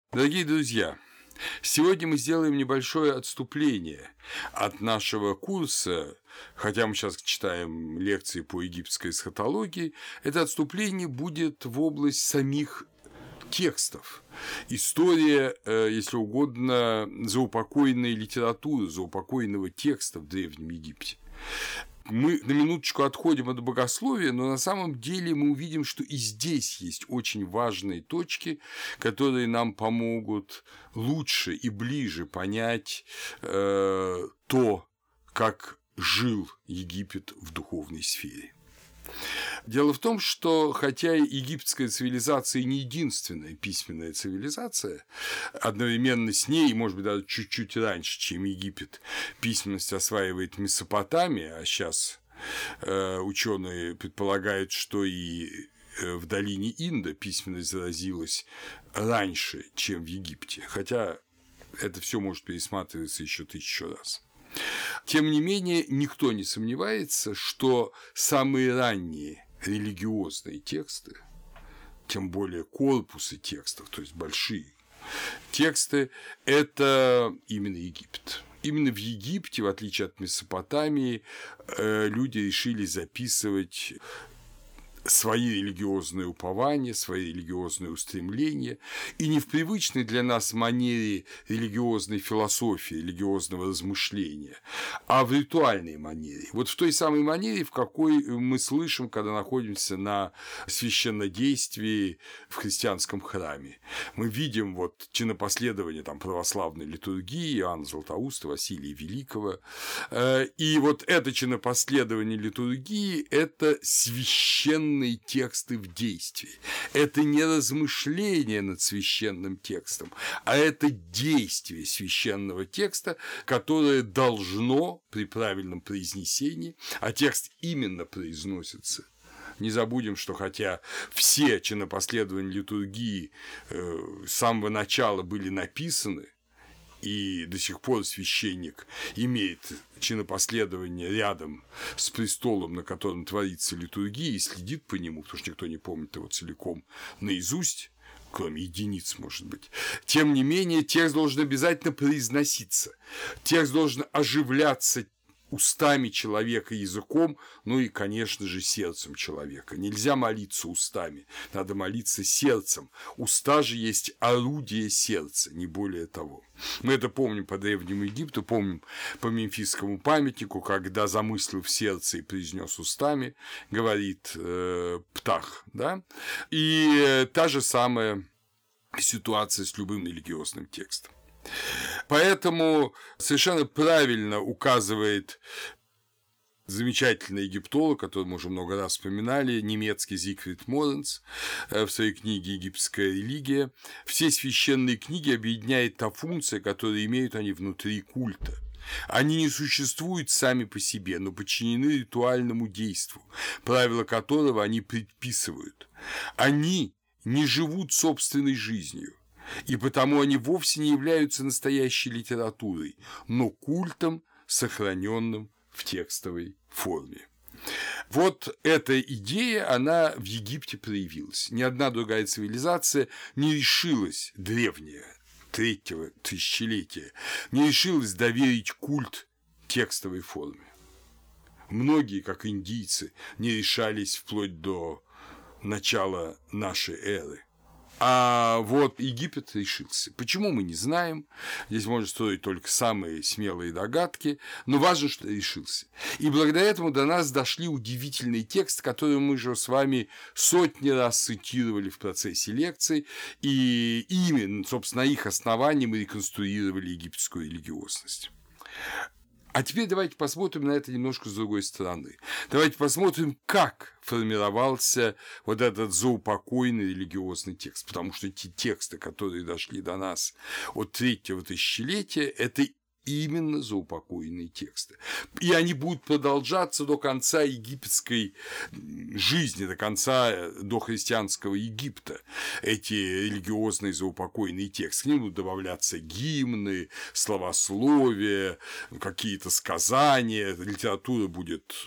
Дорогие друзья, сегодня мы сделаем небольшое отступление от нашего курса, хотя мы сейчас читаем лекции по египетской эсхатологии, это отступление будет в область самих текстов. История, если угодно, заупокойной литературы, заупокойного текста в Древнем Египте. Мы на минуточку отходим от богословия, но на самом деле мы увидим, что и здесь есть очень важные точки, которые нам помогут лучше и ближе понять то, как жил Египет в духовной сфере. Дело в том, что хотя египетская цивилизация не единственная письменная цивилизация, одновременно с ней, может быть, даже чуть-чуть раньше, чем Египет, письменность осваивает Месопотамия, а сейчас ученые предполагают, что и в долине Инда письменность заразилась раньше, чем в Египте, хотя это все может пересматриваться еще 1000 раз. Тем не менее, никто не сомневается, что самые ранние религиозные тексты, тем более корпусы текстов, то есть большие тексты, это именно Египет. Именно в Египте, в отличие от Месопотамии, люди решили записывать свои религиозные упования, свои религиозные устремления, и не в привычной для нас манере религиозной философии, религиозного размышления, а в ритуальной манере. Вот в той самой манере, в какой мы слышим, когда находимся на священнодействии в христианском храме. Мы видим вот чинопоследование там православной литургии Иоанна Златоуста, Василия Великого, и вот это чинопоследование литургии – это священные тексты в действии. Это не размышление над священным текстом, а это действие священного текста, которое должно при правильном произнесении, а текст именно произносится. Не забудем, что хотя все чинопоследования литургии с самого начала были написаны, и до сих пор священник имеет чинопоследование рядом с престолом, на котором творится литургия, и следит по нему, потому что никто не помнит его целиком наизусть, кроме единиц, может быть. Тем не менее, текст должен обязательно произноситься, текст должен оживляться устами человека, языком, ну и, конечно же, сердцем человека. Нельзя молиться устами, надо молиться сердцем. Уста же есть орудие сердца, не более того. Мы это помним по Древнему Египту, помним по Мемфисскому памятнику, когда замыслил в сердце и произнес устами, говорит Птах, да? И та же самая ситуация с любым религиозным текстом. Поэтому совершенно правильно указывает замечательный египтолог, который мы уже много раз вспоминали, немецкий Зигфрид Моренц в своей книге «Египетская религия». Все священные книги объединяет та функция, которую имеют они внутри культа. Они не существуют сами по себе, но подчинены ритуальному действу, правила которого они предписывают. Они не живут собственной жизнью. И потому они вовсе не являются настоящей литературой, но культом, сохраненным в текстовой форме. Вот эта идея, она в Египте проявилась. Ни одна другая цивилизация не решилась, древняя, 3-го тысячелетия, не решилась доверить культ текстовой форме. Многие, как индийцы, не решались вплоть до начала нашей эры. А вот Египет решился. Почему, мы не знаем. Здесь можно строить только самые смелые догадки, но важно, что решился. И благодаря этому до нас дошли удивительные тексты, которые мы же с вами сотни раз цитировали в процессе лекций, и именно, собственно, на их основании мы реконструировали египетскую религиозность. А теперь давайте посмотрим на это немножко с другой стороны. Давайте посмотрим, как формировался вот этот заупокойный религиозный текст, потому что те тексты, которые дошли до нас от 3-го тысячелетия, это именно заупокойные тексты. И они будут продолжаться до конца египетской жизни, до конца дохристианского Египта, эти религиозные заупокойные тексты. К ним будут добавляться гимны, словословия, какие-то сказания, литература будет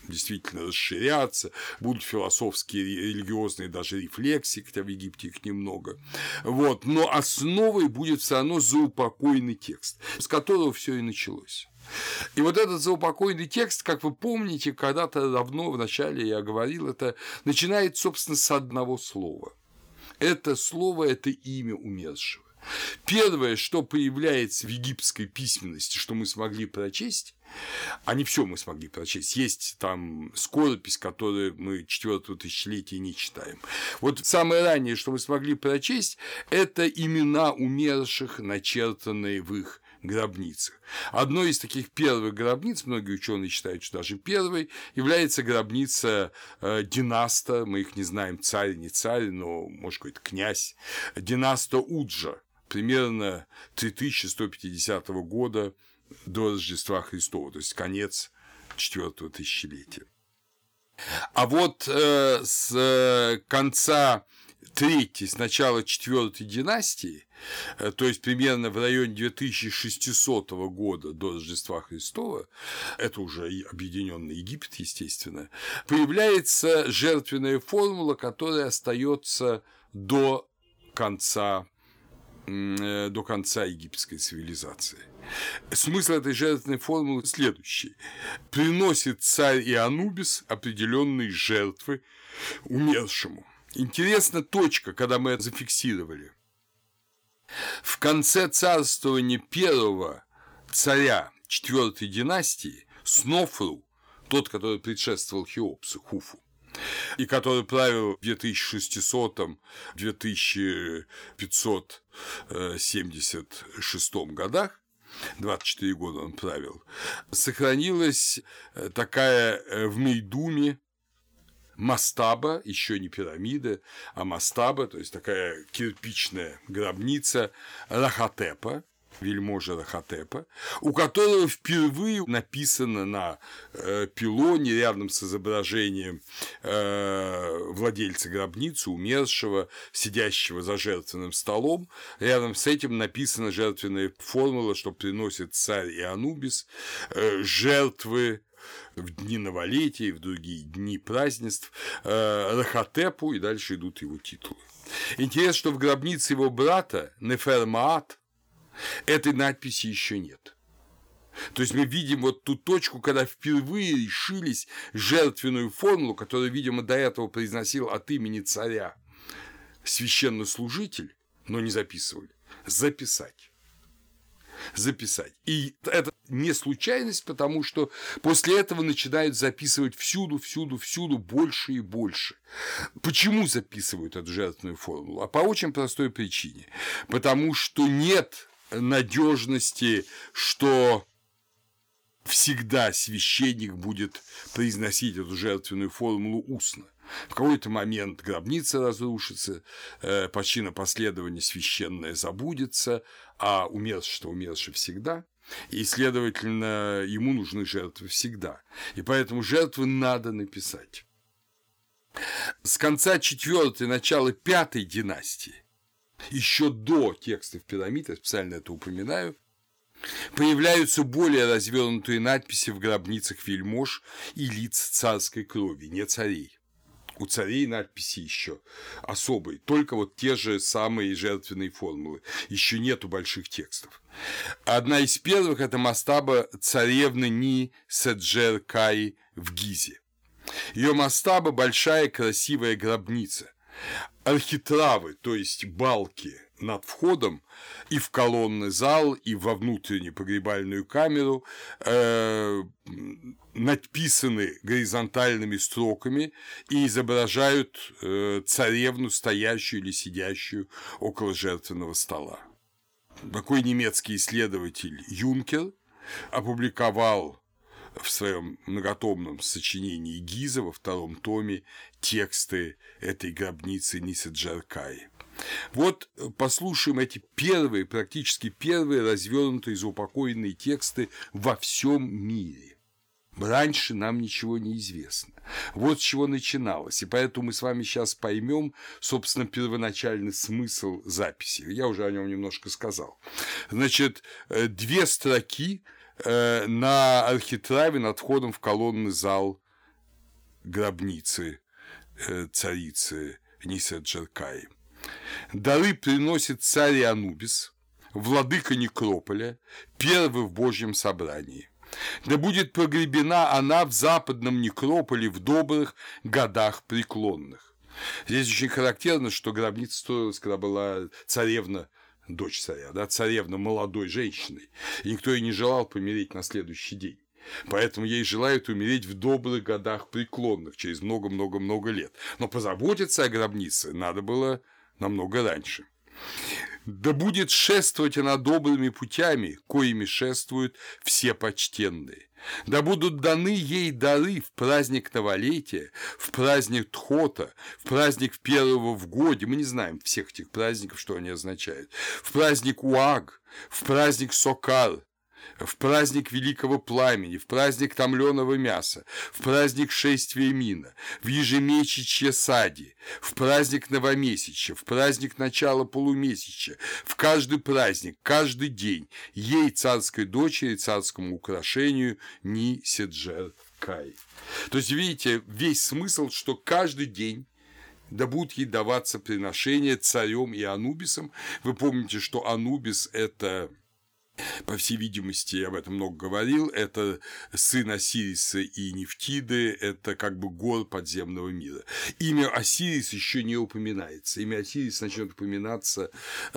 действительно расширяться, будут философские, религиозные даже рефлексии, хотя в Египте их немного. Вот. Но основой будет все равно заупокойный текст, с которого все и началось. И вот этот заупокойный текст, как вы помните, когда-то давно, в начале я говорил, это начинает, собственно, с одного слова. Это слово – это имя умершего. Первое, что появляется в египетской письменности, что мы смогли прочесть, а не все мы смогли прочесть, есть там скоропись, которую мы 4-го тысячелетия не читаем. Вот самое раннее, что мы смогли прочесть, это имена умерших, начертанные в их гробницах. Одной из таких первых гробниц, многие ученые считают, что даже первой, является гробница Династа, мы их не знаем, царь, не царь, но, может, какой-то князь, Династа Уджа, примерно 3150 года до Рождества Христова, то есть конец 4-го тысячелетия. А вот с конца третьей, с начала 4-й династии, то есть примерно в районе 2600 года до Рождества Христова, это уже Объединенный Египет, естественно, появляется жертвенная формула, которая остается до конца египетской цивилизации. Смысл этой жертвенной формулы следующий. Приносит царь Ианубис определенные жертвы умершему. Интересна точка, когда мы это зафиксировали. В конце царствования первого царя 4-й династии Снофру, тот, который предшествовал Хеопсу, Хуфу, и который правил в 2576 годах, 24 года он правил, сохранилась такая в Мейдуме мастаба, еще не пирамида, а мастаба, то есть такая кирпичная гробница Рахотепа, вельможа Рахотепа, у которого впервые написано на пилоне рядом с изображением владельца гробницы, умершего, сидящего за жертвенным столом, рядом с этим написана жертвенная формула, что приносит царь Ианубис жертвы в дни новолетия, в другие дни празднеств Рахотепу, и дальше идут его титулы. Интересно, что в гробнице его брата Нефер-Маат этой надписи еще нет. То есть мы видим вот ту точку, когда впервые решились жертвенную формулу, которую, видимо, до этого произносил от имени царя священнослужитель, но не записывали, записать. И это не случайность, потому что после этого начинают записывать всюду больше и больше. Почему записывают эту жертвенную формулу? А по очень простой причине. Потому что нет надежности, что всегда священник будет произносить эту жертвенную формулу устно. В какой-то момент гробница разрушится, почина последования священное забудется, а умерший всегда, и, следовательно, ему нужны жертвы всегда. И поэтому жертвы надо написать. С конца 4-й, начала 5-й династии, еще до текстов пирамид, я специально это упоминаю, появляются более развернутые надписи в гробницах вельмож и лиц царской крови, не царей. У царей надписи еще особые, только вот те же самые жертвенные формулы, еще нету больших текстов. Одна из первых – это мастаба царевны Ни-Седжер-Каи в Гизе. Ее мастаба – большая красивая гробница. Архитравы, то есть балки над входом и в колонный зал, и во внутреннюю погребальную камеру надписаны горизонтальными строками и изображают царевну, стоящую или сидящую около жертвенного стола. Такой немецкий исследователь Юнкер опубликовал в своем многотомном сочинении Гиза во 2-м томе тексты этой гробницы Ни-Седжер-Каи. Вот послушаем эти первые, практически первые развернутые заупокоенные тексты во всем мире. Раньше нам ничего не известно. Вот с чего начиналось. И поэтому мы с вами сейчас поймем, собственно, первоначальный смысл записи. Я уже о нем немножко сказал. Значит, 2 строки на архитраве над входом в колонный зал гробницы царицы Нисет-Джеркаи. Дары приносит царь Анубис, владыка некрополя, первый в Божьем собрании. Да будет погребена она в западном некрополе в добрых годах преклонных. Здесь очень характерно, что гробница строилась, когда была царевна, дочь царя, да, царевна молодой женщиной, и никто ей не желал помереть на следующий день. Поэтому ей желают умереть в добрых годах преклонных, через много-много-много лет. Но позаботиться о гробнице надо было намного раньше. Да будет шествовать она добрыми путями, коими шествуют все почтенные. Да будут даны ей дары в праздник новолетия, в праздник Тхота, в праздник первого в годе. Мы не знаем всех этих праздников, что они означают. В праздник Уаг, в праздник Сокар, в праздник Великого Пламени, в праздник томленого мяса, в праздник Шествия Мина, в ежемесячье Сади, в праздник Новомесяча, в праздник начала полумесяча, в каждый праздник, каждый день ей, царской дочери, царскому украшению Нисет-Джеркаи. То есть, видите, весь смысл, что каждый день да будут ей даваться приношения царем и Анубисом. Вы помните, что Анубис – это... По всей видимости, я об этом много говорил, это сын Осириса и Нефтиды, это как бы гор подземного мира. Имя Осирис еще не упоминается. Имя Осирис начнет упоминаться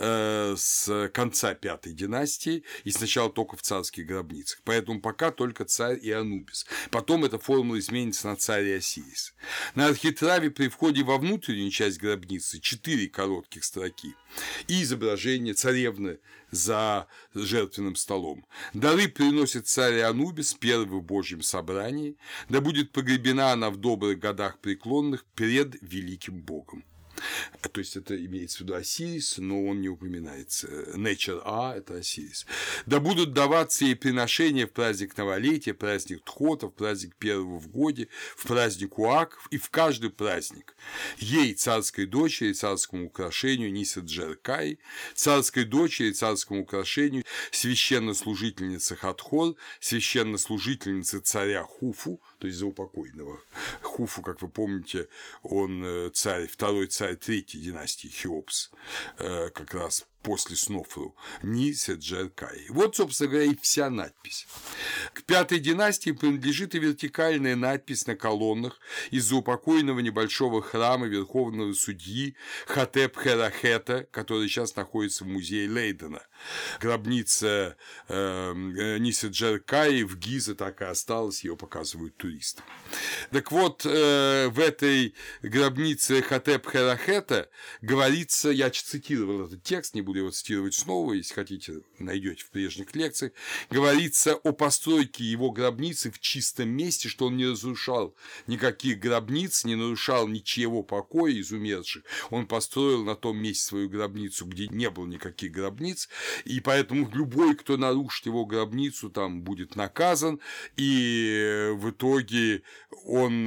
с конца Пятой династии и сначала только в царских гробницах. Поэтому пока только царь и Анубис. Потом эта формула изменится на царь и Осирис. На архитраве при входе во внутреннюю часть гробницы 4 коротких строки и изображение царевны за жертвенным столом. Дары приносит царь Анубис, первый в Божьем собрании, да будет погребена она в добрых годах преклонных пред великим Богом. То есть это имеется в виду Осирис, но он не упоминается. Nature А – это Осирис. Да будут даваться ей приношения в праздник новолетия, праздник Тхота, в праздник первого в годе, в праздник Уак и в каждый праздник. Ей, царской дочери, царскому украшению Нисет-Джеркаи, царской дочери, царскому украшению священнослужительница Хатхор, священнослужительница царя Хуфу, то есть заупокойного. Хуфу, как вы помните, он царь, второй царь третьей династии Хеопс, как раз после Снофру, Нисет-Джеркаи. Вот, собственно говоря, и вся надпись. К пятой династии принадлежит и вертикальная надпись на колоннах из заупокойного небольшого храма верховного судьи Хатеп-Херахета, который сейчас находится в музее Лейдена. Гробница Нисет-Джеркаи в Гизе так и осталась, ее показывают туристам. Так вот, в этой гробнице Хатеп-Херахета говорится, я цитировал этот текст, не буду его цитировать снова, если хотите, найдете в прежних лекциях, говорится о постройке его гробницы в чистом месте, что он не разрушал никаких гробниц, не нарушал ничего покоя из умерших. Он построил на том месте свою гробницу, где не было никаких гробниц, и поэтому любой, кто нарушит его гробницу, там будет наказан, и в итоге он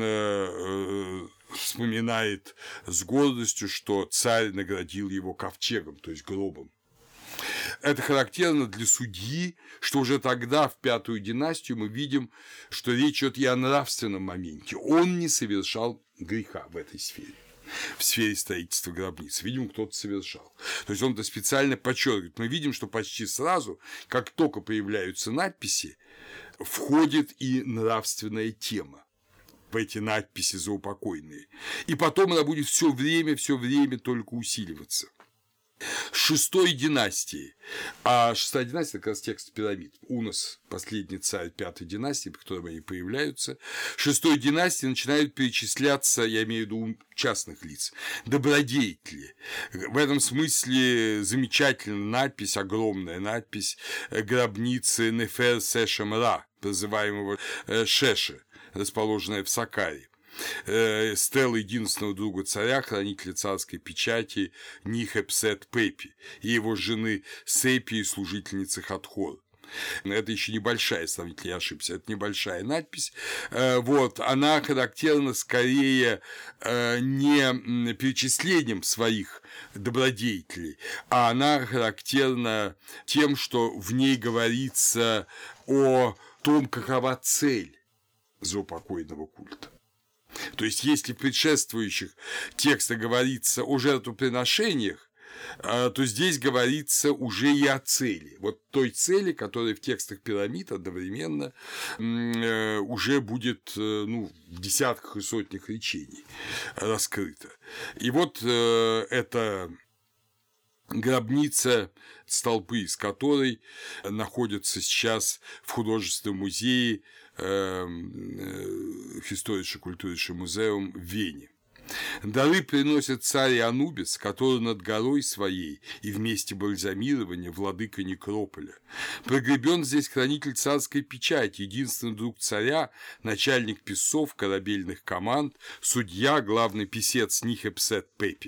вспоминает с гордостью, что царь наградил его ковчегом, то есть гробом. Это характерно для судьи, что уже тогда, в пятую династию, мы видим, что речь идет и о нравственном моменте. Он не совершал греха в этой сфере. В сфере строительства гробниц. Видимо, кто-то совершал. То есть он это специально подчеркивает. Мы видим, что почти сразу, как только появляются надписи, входит и нравственная тема в эти надписи заупокойные. И потом она будет все время только усиливаться. Шестой династии. А шестая династия – как раз текст пирамид. Унос – последний царь пятой династии, по которым они появляются. В шестой династии начинают перечисляться, я имею в виду частных лиц, добродетели. В этом смысле замечательная надпись, огромная надпись гробницы Нефер Сешем Ра, называемого Шеши, расположенная в Сакаре. Стелла единственного друга царя, хранителя царской печати Нихепсет Пепи и его жены Сепи, служительницы Хатхор. Это еще небольшая, сравнительно я ошибся, это небольшая надпись. Вот, она характерна скорее не перечислением своих добродетелей, а она характерна тем, что в ней говорится о том, какова цель заупокойного культа. То есть, если в предшествующих текстах говорится о жертвоприношениях, то здесь говорится уже и о цели. Вот той цели, которая в текстах пирамид одновременно уже будет в десятках и сотнях речений раскрыта. И вот эта гробница, столпы из которой находятся сейчас в художественном музее Historische Kulturische Museum в Вене. Дары приносит царь Анубис, который над горой своей и вместе бальзамирования владыка Некрополя. Погребен здесь хранитель царской печати, единственный друг царя, начальник писцов, корабельных команд, судья, главный писец Нихепсет Пепи.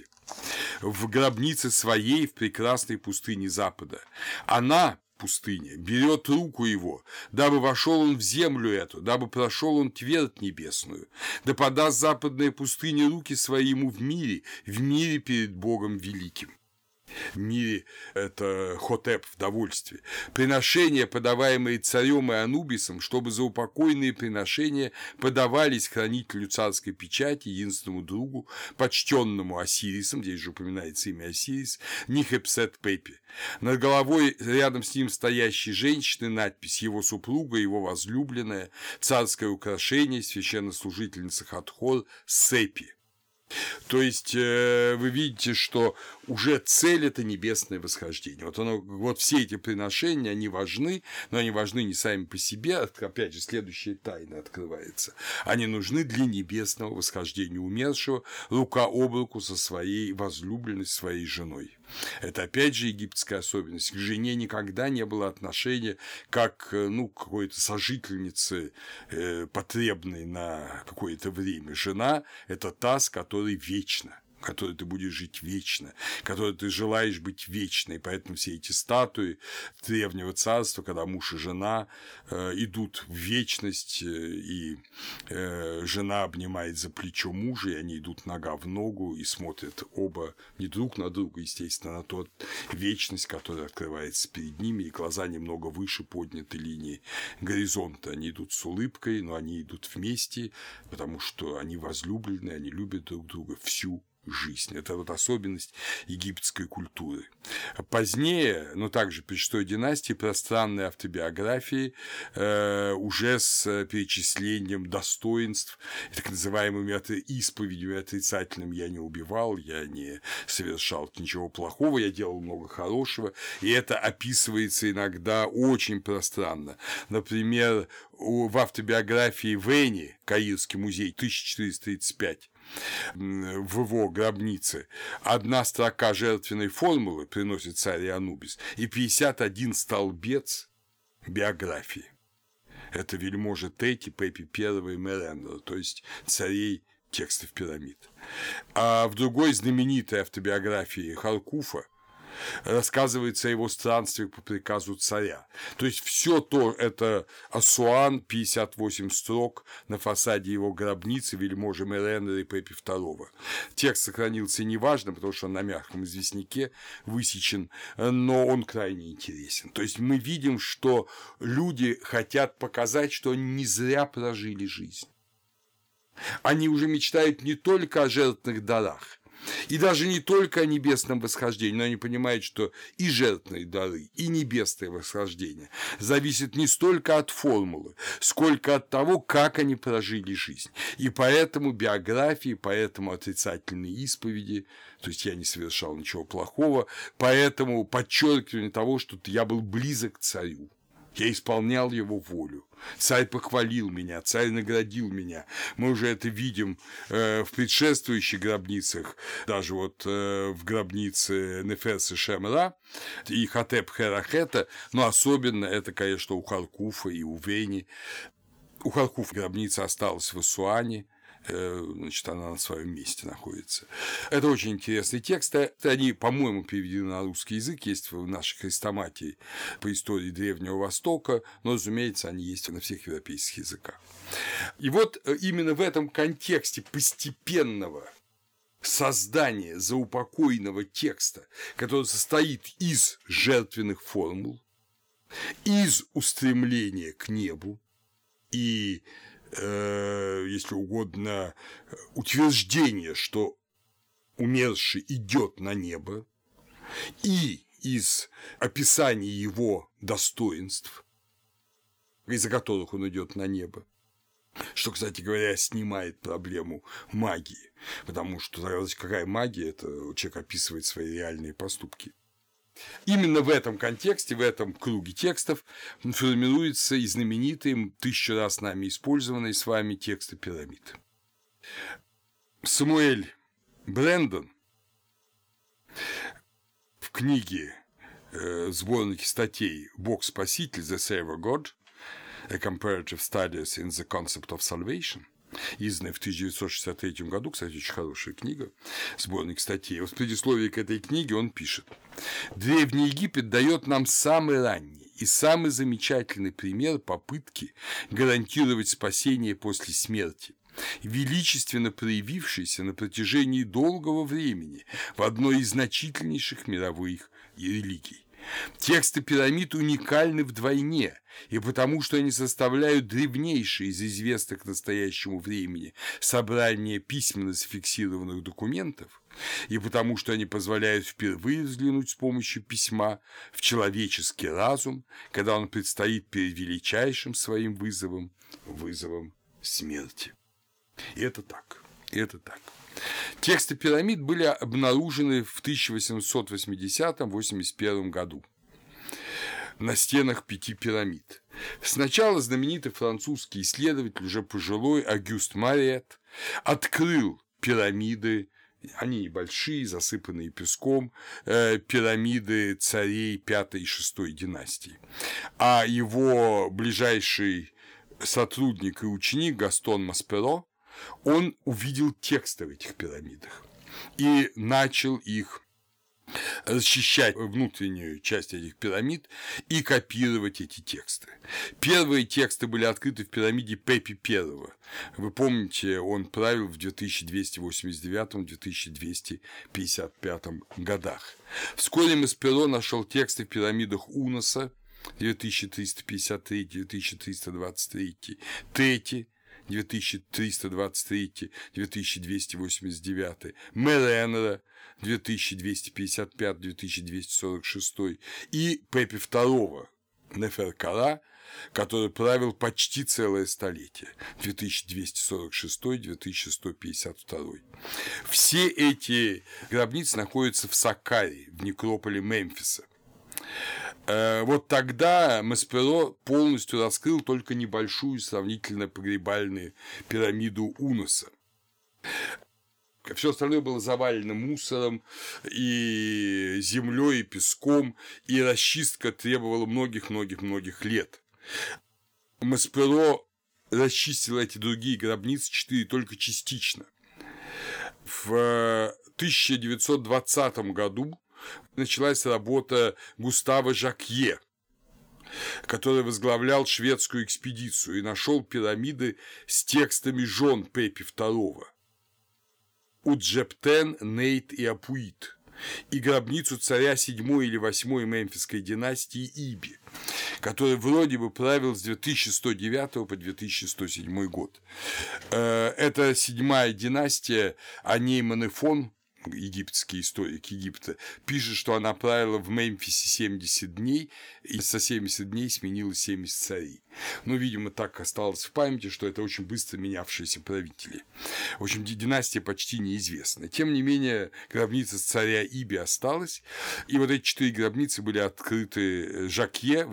В гробнице своей в прекрасной пустыне Запада. Она, пустыня, берет руку его, дабы вошел он в землю эту, дабы прошел он твердь небесную, да подаст западная пустыня руки свои ему в мире перед Богом великим. В мире это Хотеп в довольстве. Приношения, подаваемые царем и Анубисом, чтобы за упокойные приношения подавались хранителю царской печати, единственному другу, почтенному Осирисом, здесь же упоминается имя Осирис, Нихепсет Пепи. Над головой рядом с ним стоящей женщины надпись «Его супруга, его возлюбленная, царское украшение, священнослужительница Хатхор Сепи». То есть вы видите, что уже цель – это небесное восхождение. Вот все эти приношения, они важны, но они важны не сами по себе, опять же, следующая тайна открывается. Они нужны для небесного восхождения умершего рука об руку со своей возлюбленной, своей женой. Это, опять же, египетская особенность. К жене никогда не было отношения как какой-то сожительницы, потребной на какое-то время. Жена – это та, с которой вечно, которой ты будешь жить вечно, которой ты желаешь быть вечной. Поэтому все эти статуи древнего царства, когда муж и жена идут в вечность, и жена обнимает за плечо мужа, и они идут нога в ногу и смотрят оба не друг на друга, естественно, на ту вечность, которая открывается перед ними, и глаза немного выше подняты линии горизонта. Они идут с улыбкой, но они идут вместе, потому что они возлюблены, они любят друг друга всю жизнь. Это вот особенность египетской культуры. Позднее, также при шестой династии, пространные автобиографии уже с перечислением достоинств, так называемыми исповедями отрицательными: я не убивал, я не совершал ничего плохого, я делал много хорошего, и это описывается иногда очень пространно. Например, в автобиографии Вени, Каирский музей, 1435, в его гробнице одна строка жертвенной формулы приносит царь Анубис и 51 столбец биографии. Это вельможи Тети, Пепи I и Мерендера, то есть царей текстов пирамид. А в другой знаменитой автобиографии Харкуфа рассказывается о его странствиях по приказу царя. То есть все то это Асуан, 58 строк на фасаде его гробницы вельможи Мерендера и Пепи II. Текст сохранился неважно, потому что он на мягком известняке высечен, но он крайне интересен. То есть мы видим, что люди хотят показать, что они не зря прожили жизнь. Они уже мечтают не только о жертвенных дарах, и даже не только о небесном восхождении, но они понимают, что и жертвенные дары, и небесное восхождение зависит не столько от формулы, сколько от того, как они прожили жизнь. И поэтому биографии, поэтому отрицательные исповеди, то есть я не совершал ничего плохого, поэтому подчеркивание того, что я был близок к царю. Я исполнял его волю. Царь похвалил меня, царь наградил меня. Мы уже это видим в предшествующих гробницах, даже вот в гробнице Неферсы Шемра и Хотеп-Херахета, но особенно это, конечно, у Харкуфа и у Вени. У Харкуфа гробница осталась в Асуане, значит, она на своем месте находится. Это очень интересные тексты. Они, по-моему, переведены на русский язык, есть в нашей хрестоматии по истории Древнего Востока, но, разумеется, они есть на всех европейских языках. И вот именно в этом контексте постепенного создания заупокойного текста, который состоит из жертвенных формул, из устремления к небу и если угодно, утверждение, что умерший идет на небо, и из описания его достоинств, из-за которых он идет на небо, что, кстати говоря, снимает проблему магии, потому что какая магия, это человек описывает свои реальные поступки. Именно в этом контексте, в этом круге текстов формируются и знаменитые, 1000 раз нами использованные с вами тексты пирамид. Самуэль Брэндон в книге сборнике статей «Бог-спаситель» «The Savior God», A Comparative Studies in the Concept of Salvation, изданная в 1963 году, кстати, очень хорошая книга, сборник статей. В предисловии к этой книге он пишет: «Древний Египет дает нам самый ранний и самый замечательный пример попытки гарантировать спасение после смерти, величественно проявившийся на протяжении долгого времени в одной из значительнейших мировых религий. Тексты пирамид уникальны вдвойне, и потому, что они составляют древнейшие из известных к настоящему времени собрания письменно зафиксированных документов, и потому, что они позволяют впервые взглянуть с помощью письма в человеческий разум, когда он предстоит перед величайшим своим вызовом смерти». И это так. Это так. Тексты пирамид были обнаружены в 1880-81 году на стенах 5 пирамид. Сначала знаменитый французский исследователь, уже пожилой, Агюст Мариет, открыл пирамиды, они небольшие, засыпанные песком, пирамиды царей 5 и 6 династии. А его ближайший сотрудник и ученик Гастон Масперо, он увидел тексты в этих пирамидах и начал их расчищать внутреннюю часть этих пирамид и копировать эти тексты. Первые тексты были открыты в пирамиде Пепи I. Вы помните, он правил в 2289-2255 годах. Вскоре Масперо нашел тексты в пирамидах Уноса 2353-2323, Тети 2323-2289, Меренера 2255-2246 и Пепи II Неферкара, который правил почти целое столетие, 2246-2152. Все эти гробницы находятся в Саккаре, в некрополе Мемфиса. Вот тогда Масперо полностью раскрыл только небольшую сравнительно погребальную пирамиду Уноса. Все остальное было завалено мусором и землей, и песком, и расчистка требовала многих лет. Масперо расчистил эти другие гробницы 4 только частично. В 1920 году началась работа Густава Жакье, который возглавлял шведскую экспедицию и нашел пирамиды с текстами жен Пепи II – Уджептен, Нейт и Апуит, и гробницу царя 7 или 8 мемфисской династии Иби, который вроде бы правил с 2109 по 2107 год. Это 7-я династия, о ней Манефон, египетский историк Египта, пишет, что она правила в Мемфисе 70 дней, и со 70 дней сменилось 70 царей. Но, видимо, так осталось в памяти, что это очень быстро менявшиеся правители. В общем, династия почти неизвестна. Тем не менее, гробница царя Иби осталась, и вот эти 4 гробницы были открыты Жакье в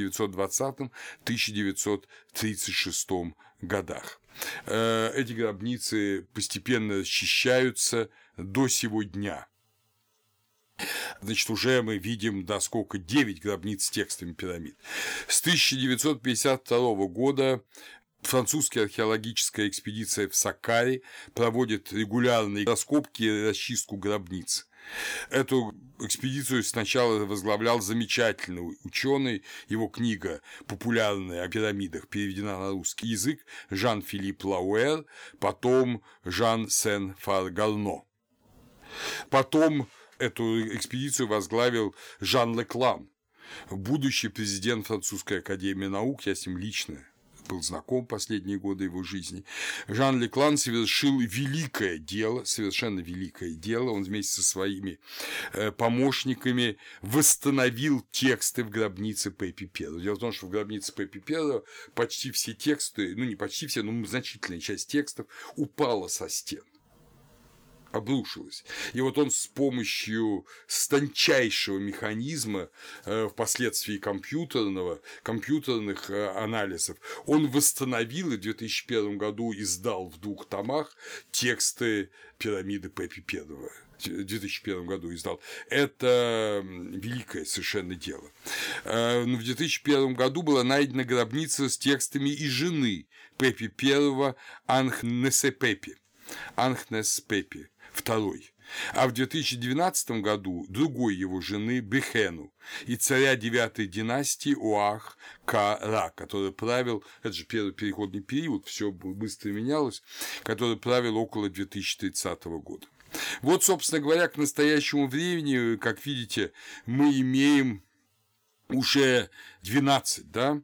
1920-1936 годах. Эти гробницы постепенно расчищаются до сего дня. Значит, уже мы видим, да, сколько, 9 гробниц с текстами пирамид. С 1952 года французская археологическая экспедиция в Саккаре проводит регулярные раскопки и расчистку гробниц. Эту экспедицию сначала возглавлял замечательный ученый, его книга популярная о пирамидах переведена на русский язык, Жан-Филипп Лауэр, потом Жан Сен-Фар-Гарно. Потом эту экспедицию возглавил Жан Леклам, будущий президент Французской академии наук, я с ним лично был знаком последние годы его жизни, Жан Леклан совершил великое дело, совершенно великое дело. Он вместе со своими помощниками восстановил тексты в гробнице Пепи I. Дело в том, что в гробнице Пепи I почти все тексты, ну не почти все, но значительная часть текстов упала со стен, обрушилась. И вот он с помощью тончайшего механизма, впоследствии компьютерных анализов, он восстановил и в 2001 году издал в 2 томах тексты пирамиды Пепи I. В 2001 году издал. Это великое совершенно дело. В 2001 году была найдена гробница с текстами и жены Пепи I Анхнесепепи II, а в 2012 году другой его жены Бехену и царя 9-й династии Уах-Ка-Ра, который правил, это же первый переходный период, все быстро менялось, который правил около 2030 года. Вот, собственно говоря, к настоящему времени, как видите, мы имеем уже 12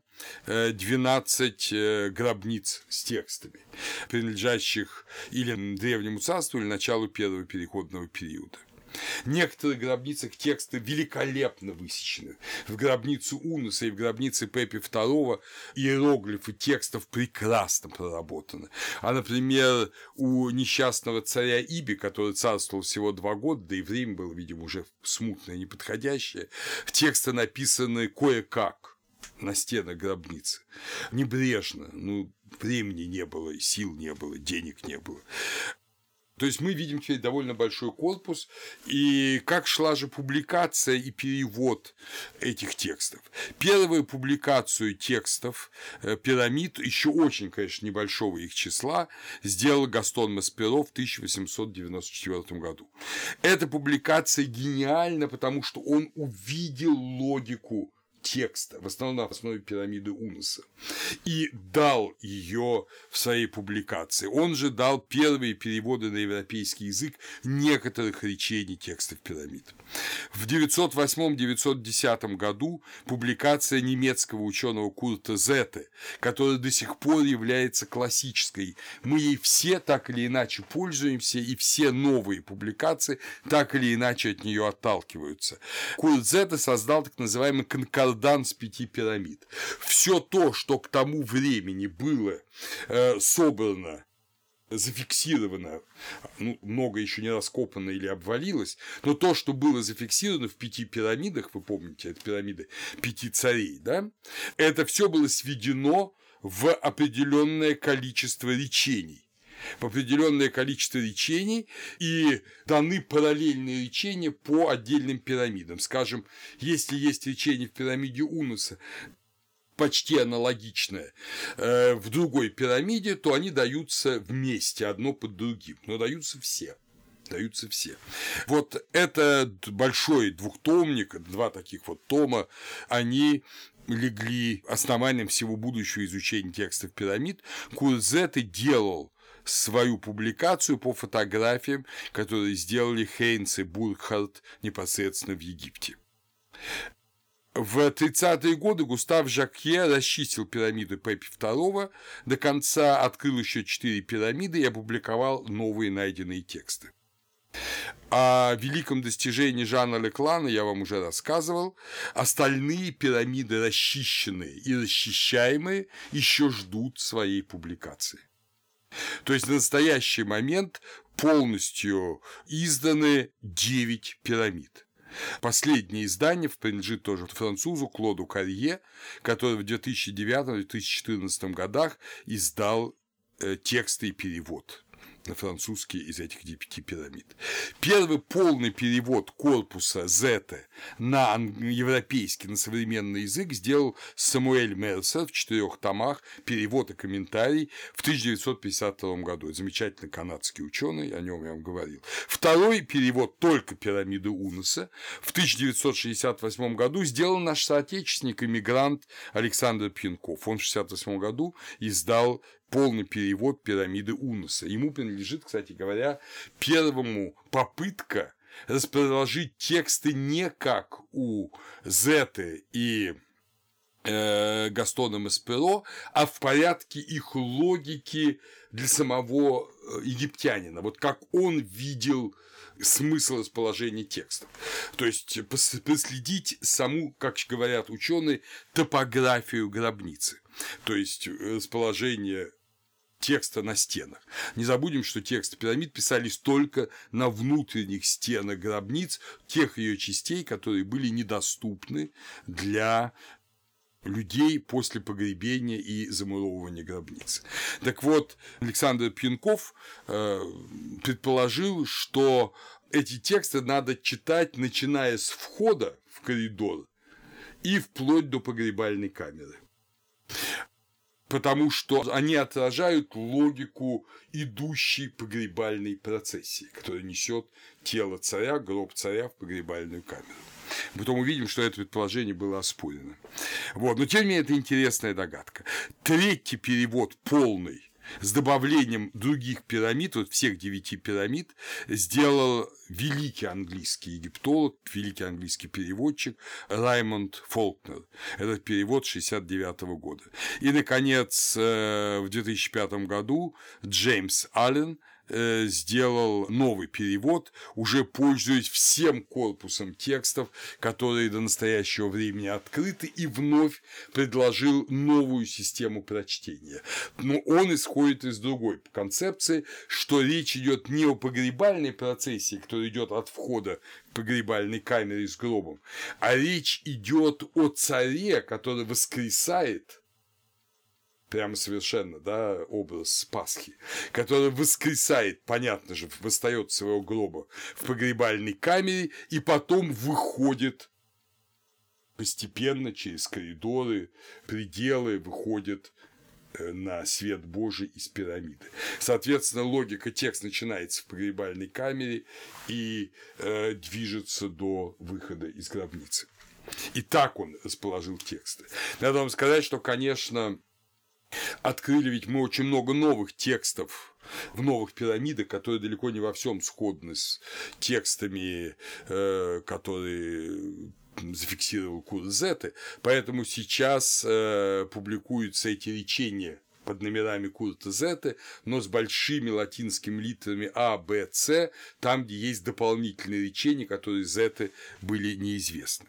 гробниц с текстами, принадлежащих или Древнему царству, или началу первого переходного периода. В некоторых гробницах тексты великолепно высечены. В гробнице Унуса и в гробнице Пепи II иероглифы текстов прекрасно проработаны. А, например, у несчастного царя Иби, который царствовал всего 2 года, да и время было, видимо, уже смутное, неподходящее, тексты написаны кое-как на стенах гробницы. Небрежно, времени не было, сил не было, денег не было. То есть мы видим теперь довольно большой корпус, и как шла же публикация и перевод этих текстов. Первую публикацию текстов пирамид, еще очень, конечно, небольшого их числа, сделал Гастон Масперо в 1894 году. Эта публикация гениальна, потому что он увидел логику текста, в основном на основе пирамиды Унуса, и дал ее в своей публикации. Он же дал первые переводы на европейский язык некоторых речений текстов пирамид. В 908-910 году публикация немецкого ученого Курта Зетте, которая до сих пор является классической. Мы ей все так или иначе пользуемся, и все новые публикации так или иначе от нее отталкиваются. Курт Зетте создал так называемый конкорданс 5 пирамид. Все то, что к тому времени было собрано, зафиксировано, много еще не раскопано или обвалилось, но то, что было зафиксировано в 5 пирамидах, вы помните, это пирамиды 5 царей, да, это все было сведено в определенное количество речений. В определенное количество речений и даны параллельные речения по отдельным пирамидам. Скажем, если есть речение в пирамиде Унуса, почти аналогичное в другой пирамиде, то они даются вместе, одно под другим, но даются все. Вот этот большой двухтомник, 2 таких вот тома, они легли основанием всего будущего изучения текстов пирамид. Курт Зетте делал свою публикацию по фотографиям, которые сделали Хейнц и Буркхарт непосредственно в Египте. В 30-е годы Густав Жакье расчистил пирамиду Пепи II, до конца открыл еще 4 пирамиды и опубликовал новые найденные тексты. О великом достижении Жана Леклана я вам уже рассказывал. Остальные пирамиды, расчищенные и расчищаемые, еще ждут своей публикации. То есть на настоящий момент полностью изданы 9 пирамид. Последнее издание принадлежит тоже французу Клоду Карье, который в 2009-2014 годах издал тексты и перевод на французский из этих 9 пирамид. Первый полный перевод корпуса Зетте на европейский, на современный язык сделал Самуэль Мерсер в 4 томах, перевод и комментарий в 1952 году. Замечательный канадский ученый, о нем я вам говорил. Второй перевод только пирамиды Унуса в 1968 году сделал наш соотечественник-эмигрант Александр Пьянков. Он в 1968 году издал полный перевод пирамиды Унуса. Ему принадлежит, кстати говоря, первому попытка расположить тексты не как у Зетте и Гастоном Эсперо, а в порядке их логики для самого египтянина. Вот как он видел смысл расположения текстов. То есть проследить саму, как говорят ученые, топографию гробницы. То есть расположение текста на стенах. Не забудем, что тексты пирамид писались только на внутренних стенах гробниц, тех ее частей, которые были недоступны для людей после погребения и замуровывания гробницы. Так вот, Александр Пьянков предположил, что эти тексты надо читать, начиная с входа в коридор и вплоть до погребальной камеры. Потому что они отражают логику идущей погребальной процессии, которая несет тело царя, гроб царя в погребальную камеру. Потом увидим, что это предположение было оспорено. Вот. Но тем не менее, это интересная догадка. Третий перевод полный с добавлением других пирамид, вот всех 9 пирамид, сделал великий английский египтолог, великий английский переводчик Раймонд Фолкнер. Этот перевод 1969 года. И, наконец, в 2005 году Джеймс Аллен сделал новый перевод, уже пользуясь всем корпусом текстов, которые до настоящего времени открыты, и вновь предложил новую систему прочтения. Но он исходит из другой концепции, что речь идет не о погребальной процессии, которая идет от входа к погребальной камере с гробом, а речь идет о царе, который воскресает. Прямо совершенно, да, образ Пасхи, который воскресает, понятно же, восстает из своего гроба в погребальной камере и потом выходит постепенно через коридоры, пределы, выходит на свет Божий из пирамиды. Соответственно, логика текста начинается в погребальной камере и движется до выхода из гробницы. И так он расположил тексты. Надо вам сказать, что, конечно, открыли ведь мы очень много новых текстов в новых пирамидах, которые далеко не во всем сходны с текстами, которые зафиксировал Курт-Зетте, поэтому сейчас публикуются эти речения под номерами Курта-Зетте, но с большими латинскими литерами А, Б, С, там, где есть дополнительные речения, которые Зетте были неизвестны.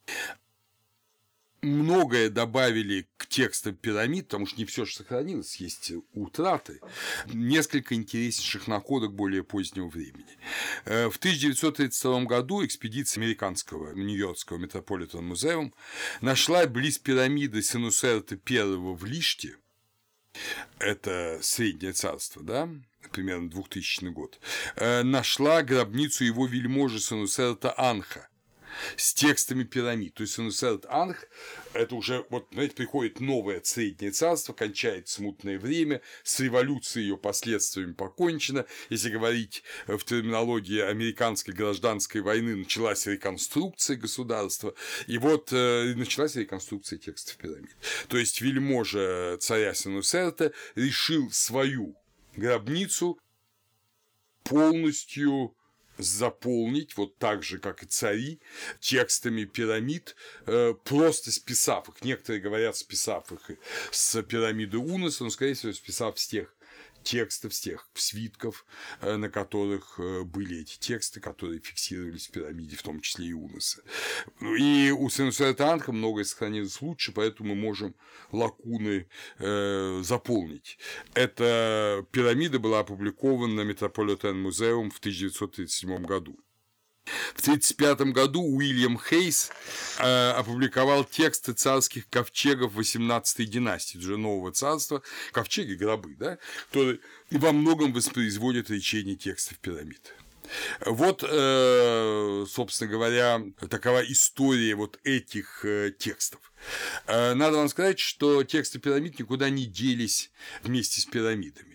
Многое добавили к текстам пирамид, потому что не все же сохранилось, есть утраты. Несколько интереснейших находок более позднего времени. В 1932 году экспедиция американского Нью-Йоркского Метрополитен Музеум нашла близ пирамиды Сенусерты I в Лиште, это Среднее царство, да, примерно 2000 год, нашла гробницу его вельможи Сенусерта Анха с текстами пирамид. То есть Сенусерт Анх – это уже, вот, знаете, приходит новое Среднее царство, кончается смутное время, с революцией ее последствиями покончено. Если говорить в терминологии американской гражданской войны, началась реконструкция государства, и вот началась реконструкция текстов пирамид. То есть вельможа царя Сенусерта решил свою гробницу полностью заполнить, вот так же, как и цари, текстами пирамид, просто списав их. Некоторые говорят, списав их с пирамиды Уноса, но, скорее всего, списав с тех текстов, с тех свитков, на которых были эти тексты, которые фиксировались в пирамиде, в том числе и Уноса. И у Сенусерта Анха многое сохранилось лучше, поэтому мы можем лакуны заполнить. Эта пирамида была опубликована на Метрополитен Музеум в 1937 году. В 1935 году Уильям Хейс опубликовал тексты царских ковчегов 18-й династии, уже нового царства, ковчеги, гробы, да, которые во многом воспроизводят речение текстов пирамид. Вот, собственно говоря, такова история вот этих текстов. Надо вам сказать, что тексты пирамид никуда не делись вместе с пирамидами.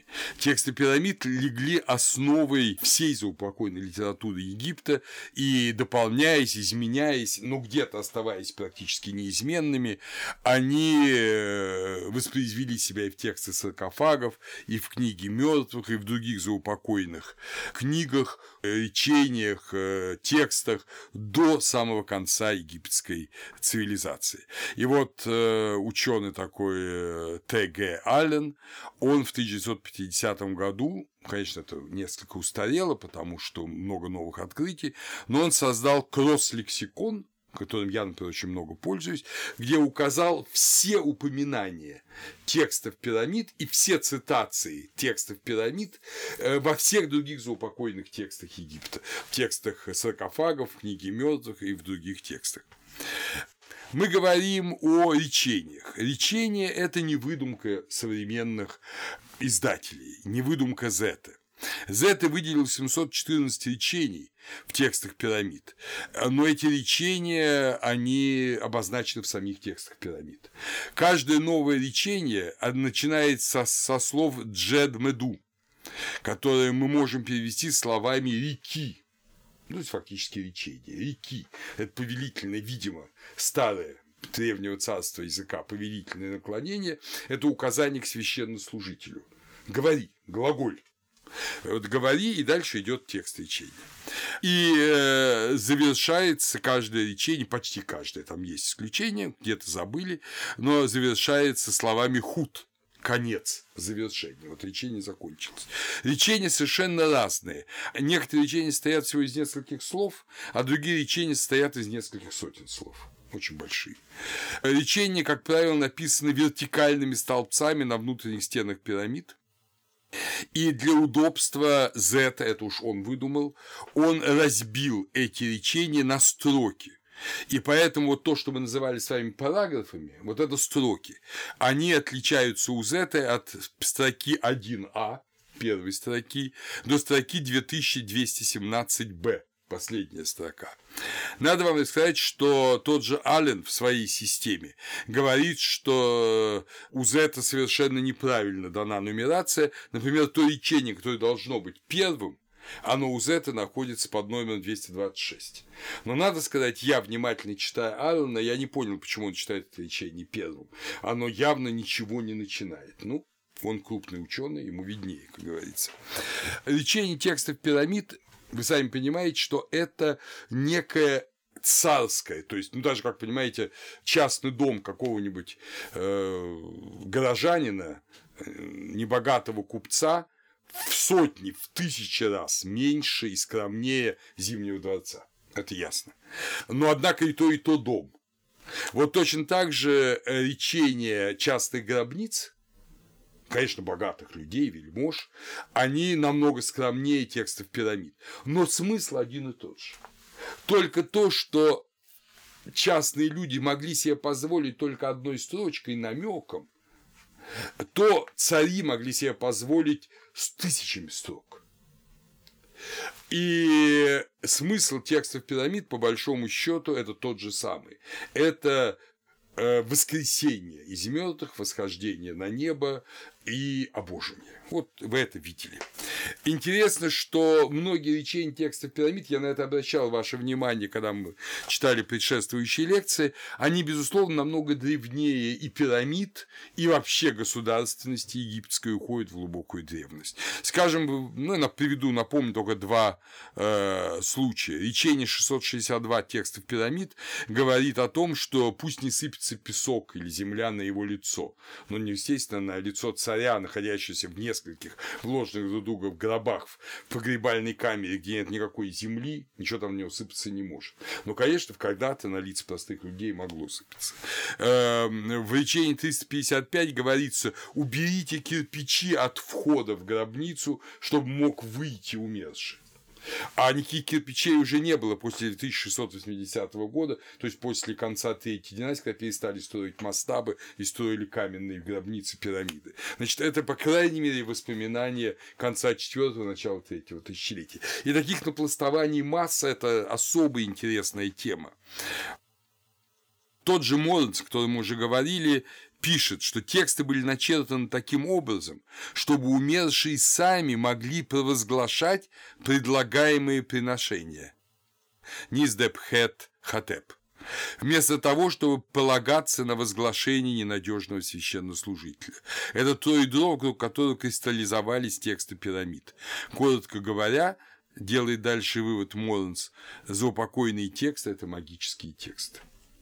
Тексты пирамид легли основой всей заупокойной литературы Египта и, дополняясь, изменяясь, но где-то оставаясь практически неизменными, они воспроизвели себя и в тексты саркофагов, и в книге мертвых, и в других заупокойных книгах, речениях, текстах до самого конца египетской цивилизации. И вот ученый такой Т.Г. Аллен, он в 1950 году, конечно, это несколько устарело, потому что много новых открытий, но он создал кросс-лексикон, которым я, например, очень много пользуюсь, где указал все упоминания текстов пирамид и все цитации текстов пирамид во всех других заупокойных текстах Египта, в текстах саркофагов, в книге мертвых и в других текстах. Мы говорим о речениях. Речение – это не выдумка современных издателей, не выдумка Зетта. Зетта выделил 714 речений в текстах пирамид, но эти речения, они обозначены в самих текстах пирамид. Каждое новое речение начинается со слов «джед-меду», которые мы можем перевести словами «реки». Ну, это фактически речение. Реки – это повелительное, видимо, старое древнего царства языка, повелительное наклонение – это указание к священнослужителю. Говори, глаголь. Вот говори, и дальше идет текст речения. И завершается каждое речение, почти каждое, там есть исключения, где-то забыли, но завершается словами «худ». Конец, завершение. Вот речение закончилось. Речения совершенно разные. Некоторые речения состоят всего из нескольких слов, а другие речения состоят из нескольких сотен слов. Очень большие. Речения, как правило, написаны вертикальными столбцами на внутренних стенах пирамид. И для удобства Зетта, это уж он выдумал, он разбил эти речения на строки. И поэтому вот то, что мы называли с вами параграфами, вот это строки, они отличаются у Зетта от строки 1А, первой строки, до строки 2217Б, последняя строка. Надо вам сказать, что тот же Аллен в своей системе говорит, что у Зетта совершенно неправильно дана нумерация. Например, то речение, которое должно быть первым, оно у Зетта находится под номером 226. Но надо сказать, я внимательно читая Аллена, я не понял, почему он читает это речение первым. Оно явно ничего не начинает. Ну, он крупный ученый, ему виднее, как говорится. Речение текстов пирамид, вы сами понимаете, что это некое царское, то есть, ну, даже, как понимаете, частный дом какого-нибудь горожанина, небогатого купца, в сотни, в тысячи раз меньше и скромнее Зимнего дворца. Это ясно. Но, однако, и то дом. Вот точно так же речения частых гробниц, конечно, богатых людей, вельмож, они намного скромнее текстов пирамид. Но смысл один и тот же. Только то, что частные люди могли себе позволить только одной строчкой, намеком, то цари могли себе позволить с тысячами строк. И смысл текстов пирамид, по большому счету, это тот же самый. Это воскресение из мертвых, восхождение на небо и обожение. Вот вы это видели. Интересно, что многие речения текстов пирамид, я на это обращал ваше внимание, когда мы читали предшествующие лекции, они, безусловно, намного древнее и пирамид, и вообще государственности египетской уходят в глубокую древность. Скажем, ну, я напомню только два случая. Речение 662 текстов пирамид говорит о том, что пусть не сыпется песок или земля на его лицо, но, естественно, на лицо царя, находящегося в нескольких вложенных друг друга в гробах в погребальной камере, где нет никакой земли, ничего там в него сыпаться не может. Но, конечно, когда-то на лица простых людей могло сыпаться. В речении 355 говорится: уберите кирпичи от входа в гробницу, чтобы мог выйти умерший. А никаких кирпичей уже не было после 1680 года, то есть после конца Третьей династии, когда перестали строить мастабы и строили каменные гробницы, пирамиды. Значит, это, по крайней мере, воспоминания конца 4-го, начала 3-го тысячелетия. И таких напластований масса – это особо интересная тема. Тот же Моренц, о котором мы уже говорили, пишет, что тексты были начертаны таким образом, чтобы умершие сами могли провозглашать предлагаемые приношения. Низдепхет хатеп. Вместо того, чтобы полагаться на возглашение ненадежного священнослужителя. Это то ядро, вокруг которого кристаллизовались тексты пирамид. Коротко говоря, делает дальше вывод Моленс, заупокойные тексты – это магические тексты.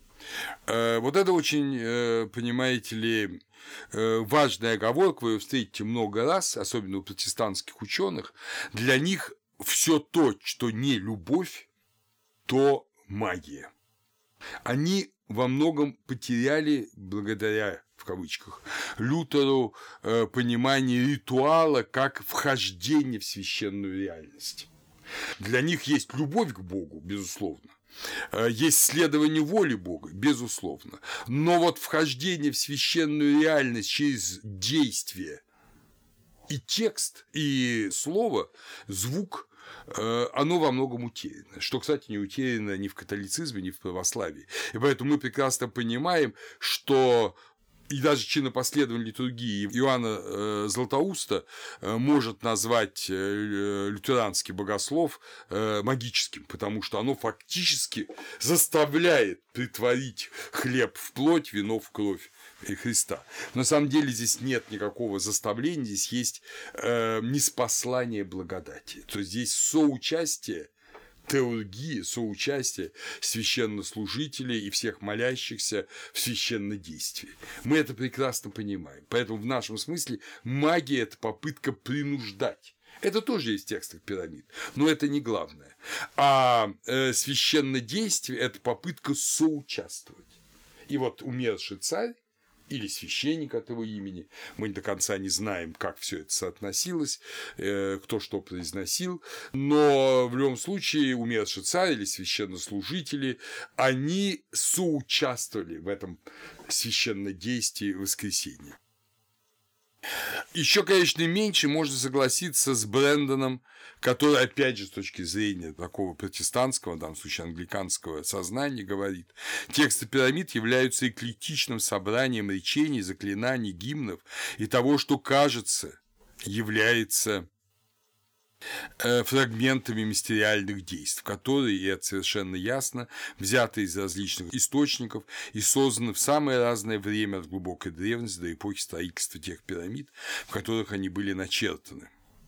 Вот это очень, понимаете ли, важная оговорка, вы ее встретите много раз, особенно у протестантских ученых. Для них все то, что не любовь, то магия. Они во многом потеряли, благодаря, в кавычках, Лютеру, понимание ритуала как вхождение в священную реальность. Для них есть любовь к Богу, безусловно, есть следование воли Бога, безусловно, но вот вхождение в священную реальность через действие и текст, и слово, звук, оно во многом утеряно, что, кстати, не утеряно ни в католицизме, ни в православии. И поэтому мы прекрасно понимаем, что и даже чинопоследователь литургии Иоанна Златоуста может назвать лютеранский богослов магическим, потому что оно фактически заставляет притворить хлеб в плоть, вино в кровь Христа. На самом деле здесь нет никакого заставления, здесь есть ниспослание благодати. То есть здесь соучастие теургии, соучастие священнослужителей и всех молящихся в священнодействии. Мы это прекрасно понимаем. Поэтому в нашем смысле магия – это попытка принуждать. Это тоже есть в текстах пирамид, но это не главное. А священнодействие – это попытка соучаствовать. И вот умерший царь или священник от его имени, мы до конца не знаем, как все это соотносилось, кто что произносил, но в любом случае умерший царь или священнослужители, они соучаствовали в этом священнодействии воскресения. Еще, конечно, меньше можно согласиться с Брэндоном, который, опять же, с точки зрения такого протестантского, в данном случае англиканского сознания, говорит: тексты пирамид являются эклектичным собранием речений, заклинаний, гимнов и того, что, кажется, является фрагментами мистериальных действий, которые, и это совершенно ясно, взяты из различных источников и созданы в самое разное время от глубокой древности до эпохи строительства тех пирамид, в которых они были начертаны.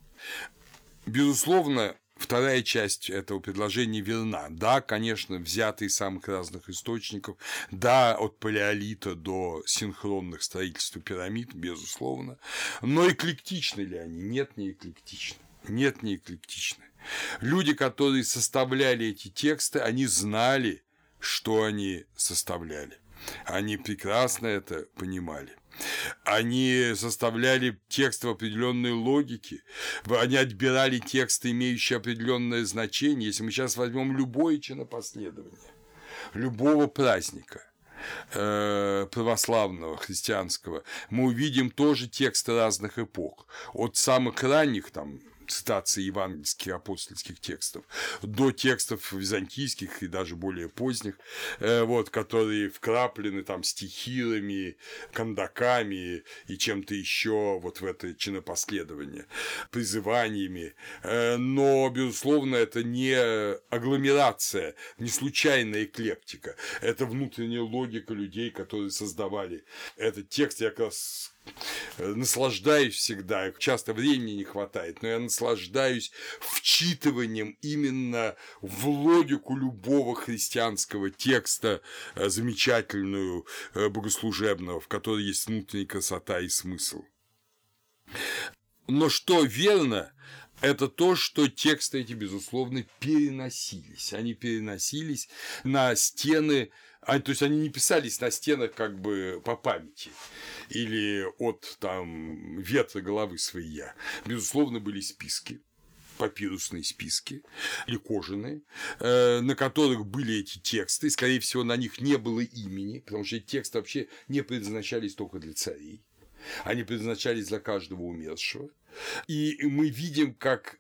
Безусловно, вторая часть этого предложения верна. Да, конечно, взятые из самых разных источников, да, от палеолита до синхронных строительств пирамид, безусловно, но эклектичны ли они? Нет, не эклектичны. Нет, не эклектичны. Люди, которые составляли эти тексты, они знали, что они составляли. Они прекрасно это понимали. Они составляли текст в определенной логике, они отбирали тексты, имеющие определенное значение. Если мы сейчас возьмем любое чинопоследование, любого праздника православного, христианского, мы увидим тоже тексты разных эпох. От самых ранних, там, цитации евангельских апостольских текстов до текстов византийских и даже более поздних, вот, которые вкраплены там стихирами, кандаками и чем-то еще вот в это чинопоследование, призываниями, но, безусловно, это не агломерация, не случайная эклектика, это внутренняя логика людей, которые создавали этот текст. Я как раз наслаждаюсь всегда, часто времени не хватает, но я наслаждаюсь вчитыванием именно в логику любого христианского текста, замечательную, богослужебного, в которой есть внутренняя красота и смысл. Но что верно, это то, что тексты эти, безусловно, переносились. Они переносились на стены, то есть они не писались на стенах как бы по памяти или от там ветра головы своей. Безусловно, были списки, папирусные списки или кожаные, на которых были эти тексты, и, скорее всего, на них не было имени, потому что эти тексты вообще не предназначались только для царей, они предназначались для каждого умершего. И мы видим, как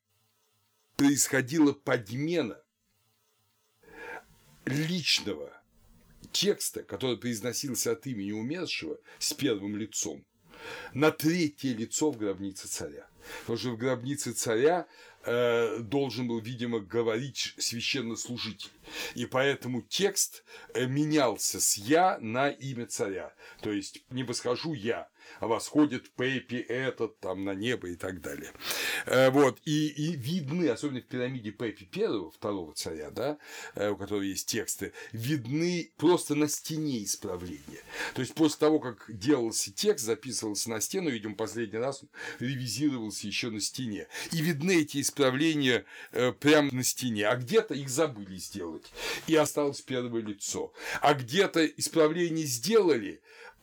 происходила подмена личного текста, который произносился от имени умершего с первым лицом, на третье лицо в гробнице царя. Потому что в гробнице царя должен был, видимо, говорить священнослужитель. И поэтому текст менялся с «я» на имя царя. То есть не восхожу я, а восходит Пепи этот там на небо и так далее. Вот. И видны, особенно в пирамиде Пепи I, второго царя, да, у которого есть тексты, видны просто на стене исправления. То есть после того, как делался текст, записывался на стену, видимо, последний раз ревизировался еще на стене. И видны эти исправления прямо на стене. А где-то их забыли сделать. И осталось первое лицо. А где-то исправление сделали,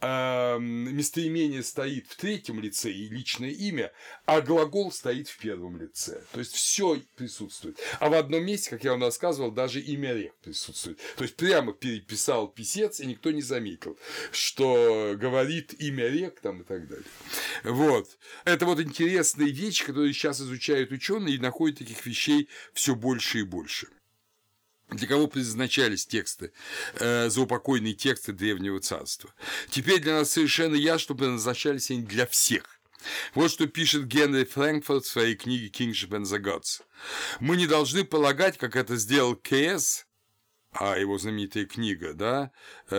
местоимение стоит в третьем лице и личное имя, а глагол стоит в первом лице. То есть все присутствует. А в одном месте, как я вам рассказывал, даже имя рек присутствует. То есть прямо переписал писец, и никто не заметил, что говорит имя рек там и так далее. Вот. Это вот интересные вещи, которые сейчас изучают ученые и находят таких вещей все больше и больше. Для кого предназначались тексты, заупокойные тексты Древнего Царства? Теперь для нас совершенно ясно, что предназначались они для всех. Вот что пишет Генри Фрэнкфурт в своей книге «Kingship and the Gods». Мы не должны полагать, как это сделал К.С., а его знаменитая книга, да,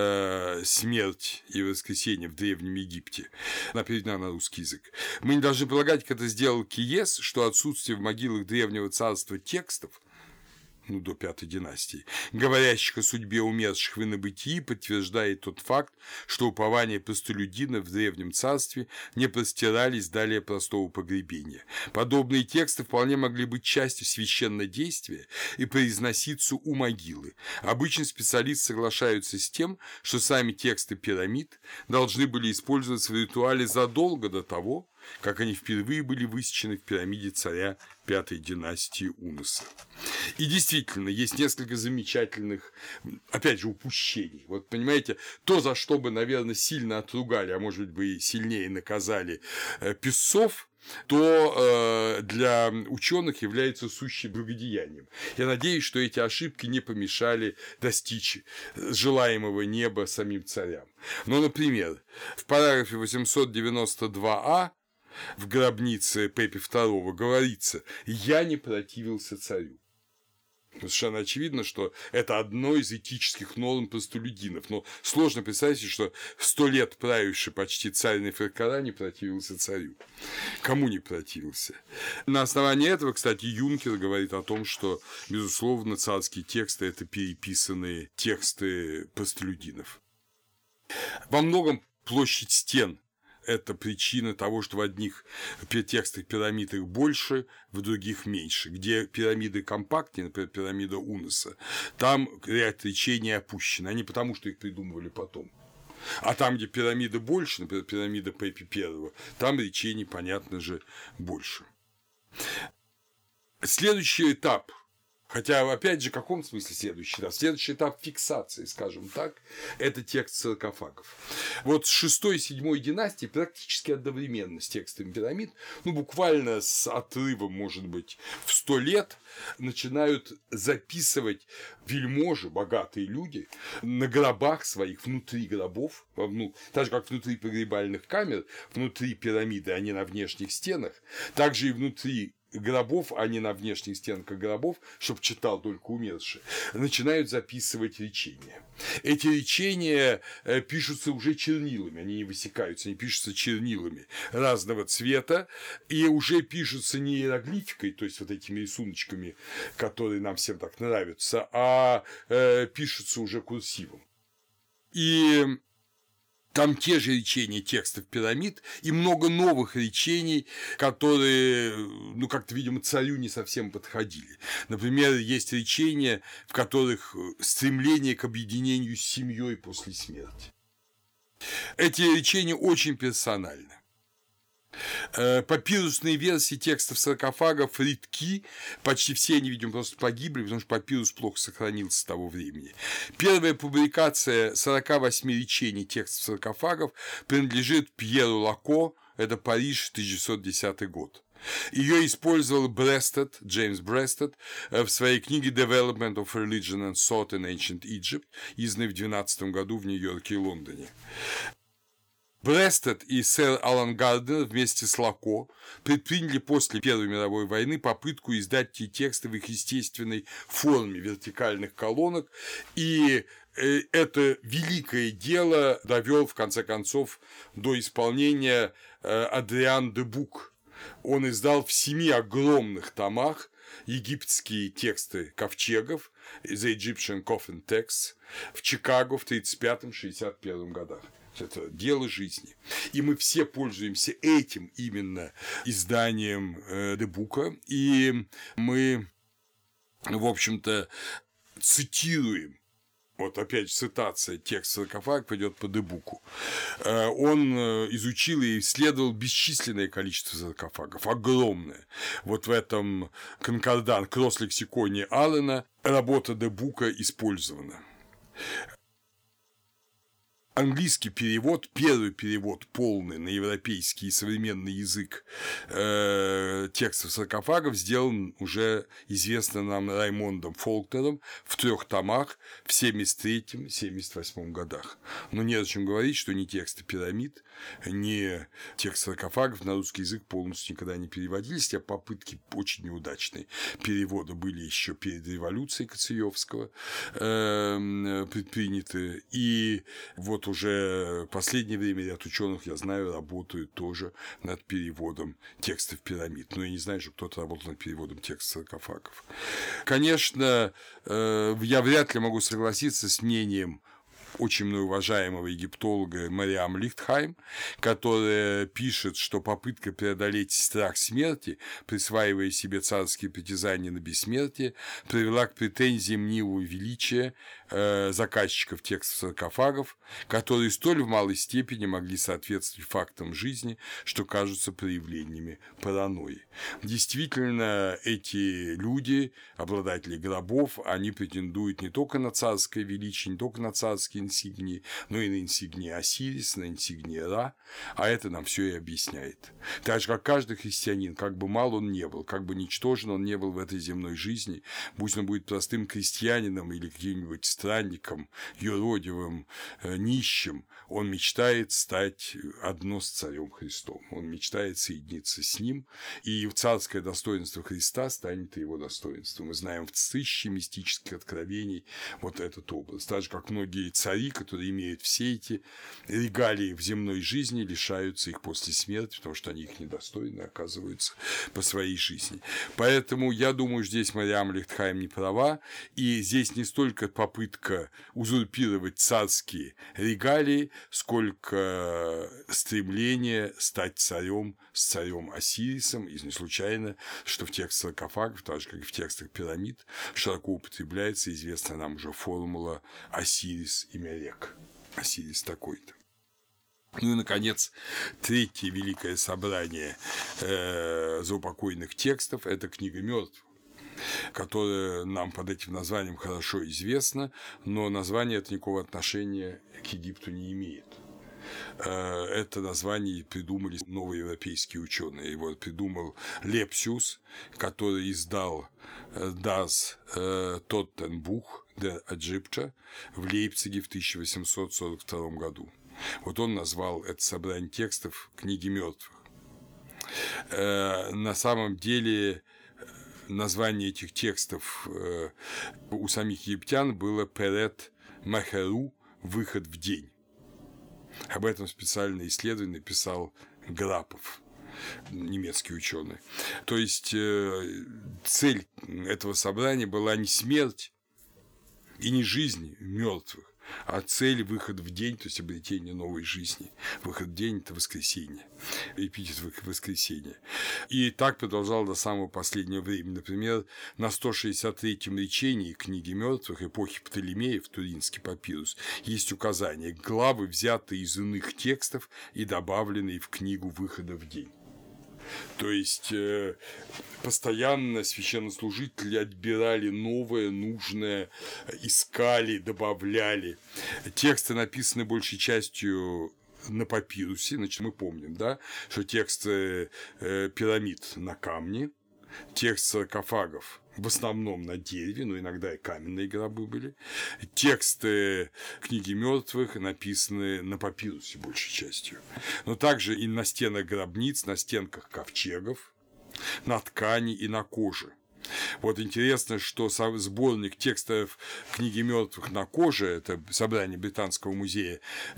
«Смерть и воскресение в Древнем Египте», она переведена на русский язык. Мы не должны полагать, как это сделал Киес, что отсутствие в могилах Древнего Царства текстов, до Пятой династии, говорящих о судьбе умерших в инобытии, подтверждает тот факт, что упования простолюдинов в Древнем Царстве не простирались далее простого погребения. Подобные тексты вполне могли быть частью священнодействия и произноситься у могилы. Обычно специалисты соглашаются с тем, что сами тексты пирамид должны были использоваться в ритуале задолго до того, как они впервые были высечены в пирамиде царя Пятой династии Уноса. И действительно, есть несколько замечательных, опять же, упущений. Вот, понимаете, то, за что бы, наверное, сильно отругали, а может быть, бы и сильнее наказали писцов, то для ученых является сущим благодеянием. Я надеюсь, что эти ошибки не помешали достичь желаемого неба самим царям. Но, например, в параграфе 892а в гробнице Пепи II говорится: «Я не противился царю». Совершенно очевидно, что это одно из этических норм простолюдинов. Но сложно представить себе, что 100 лет правивший почти царь Неферкара не противился царю. Кому не противился? На основании этого, кстати, Юнкер говорит о том, что, безусловно, царские тексты – это переписанные тексты простолюдинов. Во многом площадь стен – это причина того, что в одних текстах пирамид их больше, в других меньше. Где пирамиды компактнее, например, пирамида Уноса, там ряд речений опущен, а не потому, что их придумывали потом. А там, где пирамиды больше, например, пирамида Пепи I, там речений, понятно же, больше. Следующий этап. Хотя, опять же, в каком смысле следующий этап? Следующий этап фиксации, скажем так, это текст саркофагов. Вот с 6-7 династии практически одновременно с текстами пирамид, буквально с отрывом, может быть, в 100 лет, начинают записывать вельможи, богатые люди, на гробах своих, внутри гробов, так же, как внутри погребальных камер, внутри пирамиды, а не на внешних стенах, также и внутри гробов, а не на внешних стенках гробов, чтобы читал только умерший, начинают записывать речения. Эти речения пишутся уже чернилами, они не высекаются, они пишутся чернилами разного цвета, и уже пишутся не иероглификой, то есть вот этими рисуночками, которые нам всем так нравятся, а пишутся уже курсивом. И там те же речения текстов пирамид и много новых речений, которые, как-то, видимо, царю не совсем подходили. Например, есть речения, в которых стремление к объединению с семьей после смерти. Эти речения очень персональны. Папирусные версии текстов саркофагов редки, почти все они, видимо, просто погибли, потому что папирус плохо сохранился с того времени. Первая публикация 48 речений текстов саркофагов принадлежит Пьеру Лако, это Париж, 1910 год. Ее использовал Брестед, Джеймс Брестед, в своей книге «Development of Religion and Thought in Ancient Egypt», изданной в 12 году в Нью-Йорке и Лондоне. Брестед и сэр Алан Гарднер вместе с Лако предприняли после Первой мировой войны попытку издать эти тексты в их естественной форме вертикальных колонок, и это великое дело довел, в конце концов, до исполнения Адриан де Бук. Он издал в 7 огромных томах египетские тексты ковчегов, The Egyptian Coffin Texts, в Чикаго в 1935-1961 годах. Это дело жизни. И мы все пользуемся этим именно изданием де Бука, и мы, в общем-то, цитируем. Вот опять цитация текста саркофага пойдет по де Буку. Он изучил и исследовал бесчисленное количество саркофагов, огромное. Вот в этом конкордан кросс-лексиконе Аллена работа де Бука использована. Английский перевод, первый перевод полный на европейский и современный язык текстов саркофагов сделан уже известным нам Раймондом Фолкнером в 3 томах в 1973-1978 годах. Но незачем говорить, что ни тексты пирамид, ни тексты саркофагов на русский язык полностью никогда не переводились, хотя попытки очень неудачные перевода были еще перед революцией Коцюевского предприняты, и вот уже в последнее время ряд ученых, я знаю, работают тоже над переводом текстов пирамид. Но я не знаю, что кто-то работал над переводом текстов саркофагов. Конечно, я вряд ли могу согласиться с мнением очень многоуважаемого египтолога Мариам Лихтхайм, которая пишет, что попытка преодолеть страх смерти, присваивая себе царские притязания на бессмертие, привела к претензиям мнимого величия заказчиков текстов саркофагов, которые столь в малой степени могли соответствовать фактам жизни, что кажутся проявлениями паранойи. Действительно, эти люди, обладатели гробов, они претендуют не только на царское величие, не только на царские инсигнии, но и на инсигнии Осирис, на инсигнии Ра, а это нам все и объясняет. Так же, как каждый христианин, как бы мал он не был, как бы ничтожен он не был в этой земной жизни, будь он будет простым крестьянином или каким-нибудь странником, юродивым, нищим, он мечтает стать одно с Царем Христом, он мечтает соединиться с Ним, и царское достоинство Христа станет его достоинством. Мы знаем в тысячи мистических откровений вот этот образ. Так же, как многие цари, которые имеют все эти регалии в земной жизни, лишаются их после смерти, потому что они их недостойны оказываются по своей жизни. Поэтому я думаю, здесь Мариам Лихтхайм не права, и здесь не столько попытка узурпировать царские регалии, сколько стремление стать царем с царем Осирисом, и не случайно, что в текстах саркофагов, так же, как и в текстах пирамид, широко употребляется известная нам уже формула Осирис и Мерек. Осирис такой-то. Ну и, наконец, третье великое собрание заупокойных текстов – это книга мертвых, которая нам под этим названием хорошо известна, но название это никакого отношения к Египту не имеет. Это название придумали новые европейские ученые. Его придумал Лепсиус, который издал Das Totenbuch der Ägypter в Лейпциге в 1842 году. Вот он назвал это собрание текстов книги мертвых. На самом деле название этих текстов у самих египтян было Перет Махеру, выход в день. Об этом специальное исследование писал Грапов, немецкий ученый. То есть цель этого собрания была не смерть и не жизнь мертвых, а цель – выход в день, то есть обретение новой жизни. Выход в день – это воскресенье, эпитет воскресенья. И так продолжал до самого последнего времени. Например, на 163-м речении книги мертвых эпохи Птолемеев, Туринский папирус, есть указания, главы, взятые из иных текстов и добавленные в книгу выхода в день. То есть постоянно священнослужители отбирали новое, нужное, искали, добавляли. Тексты написаны большей частью на папирусе, значит, мы помним, да, что тексты пирамид на камне, текст саркофагов в основном на дереве, но иногда и каменные гробы были. Тексты книги мертвых написаны на папирусе большей частью. Но также и на стенах гробниц, на стенках ковчегов, на ткани и на коже. Вот интересно, что сборник текстов книги мертвых на коже, это собрание Британского музея,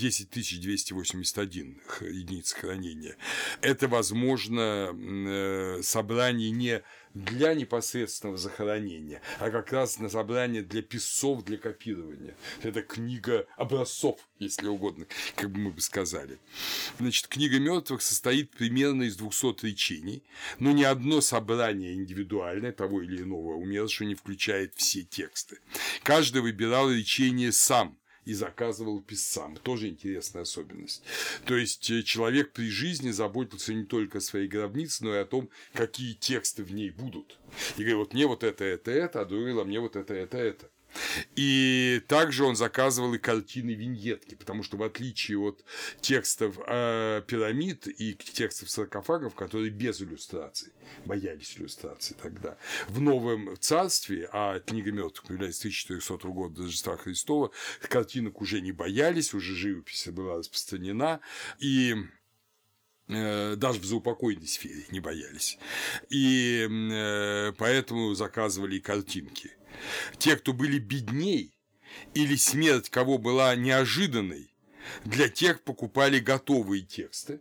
10281 единиц хранения, это, возможно, собрание не для непосредственного захоронения, а как раз на собрание для писцов, для копирования. Это книга образцов, если угодно, как бы мы бы сказали. Значит, книга мертвых состоит примерно из 200 речений, но ни одно собрание индивидуальное того или иного умершего не включает все тексты. Каждый выбирал речение сам и заказывал писцам. Тоже интересная особенность. То есть человек при жизни заботился не только о своей гробнице, но и о том, какие тексты в ней будут. И говорит, вот мне вот это, а другой, мне вот это. И также он заказывал и картины виньетки, потому что в отличие от текстов пирамид и текстов саркофагов, которые без иллюстраций, боялись иллюстраций тогда, в Новом Царстве, а книга мертвых появляется с 1400 года до Рождества Христова, картинок уже не боялись, уже живопись была распространена, и даже в заупокойной сфере не боялись. И поэтому заказывали и картинки. Те, кто были бедней или смерть кого была неожиданной, для тех покупали готовые тексты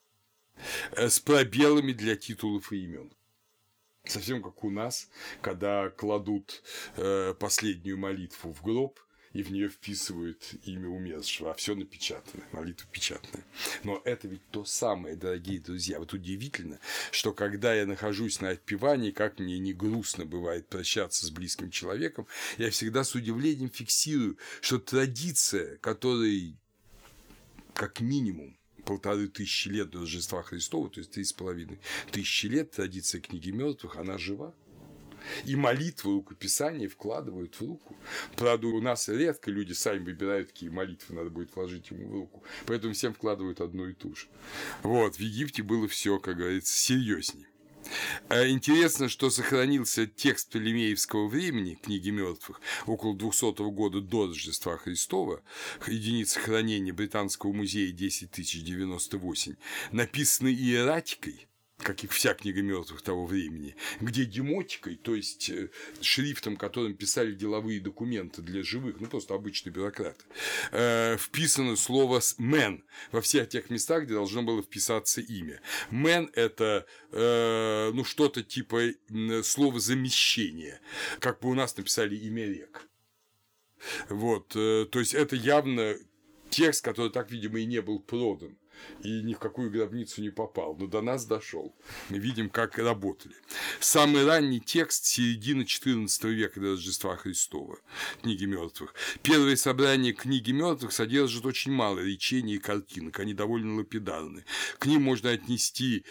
с пробелами для титулов и имен. Совсем как у нас, когда кладут последнюю молитву в гроб, и в нее вписывают имя умершего, а все напечатано, молитва печатная. Но это ведь то самое, дорогие друзья. Вот удивительно, что когда я нахожусь на отпевании, как мне не грустно бывает прощаться с близким человеком, я всегда с удивлением фиксирую, что традиция, которой как минимум 1500 лет до Рождества Христова, то есть 3500 лет, традиция книги мертвых, она жива. И молитвы, рукописание вкладывают в руку. Правда, у нас редко люди сами выбирают, какие молитвы надо будет вложить ему в руку. Поэтому всем вкладывают одну и ту же. Вот, в Египте было все, как говорится, серьезнее. Интересно, что сохранился текст Птолемеевского времени, книги мертвых, около 200 года до Рождества Христова, единица хранения Британского музея 10098, написанный иератикой, как и вся книга мертвых того времени, где демотикой, то есть шрифтом, которым писали деловые документы для живых, ну просто обычные бюрократы, вписано слово «мен» во всех тех местах, где должно было вписаться имя. «Мен» – это ну что-то типа слова замещения, как бы у нас написали имя рек. Вот, то есть это явно текст, который так, видимо, и не был продан. И ни в какую гробницу не попал, но до нас дошел. Мы видим, как работали. Самый ранний текст середины XIV века до Рождества Христова, книги мертвых. Первое собрание книги мертвых содержит очень мало речений и картинок, они довольно лапидарны. К ним можно отнести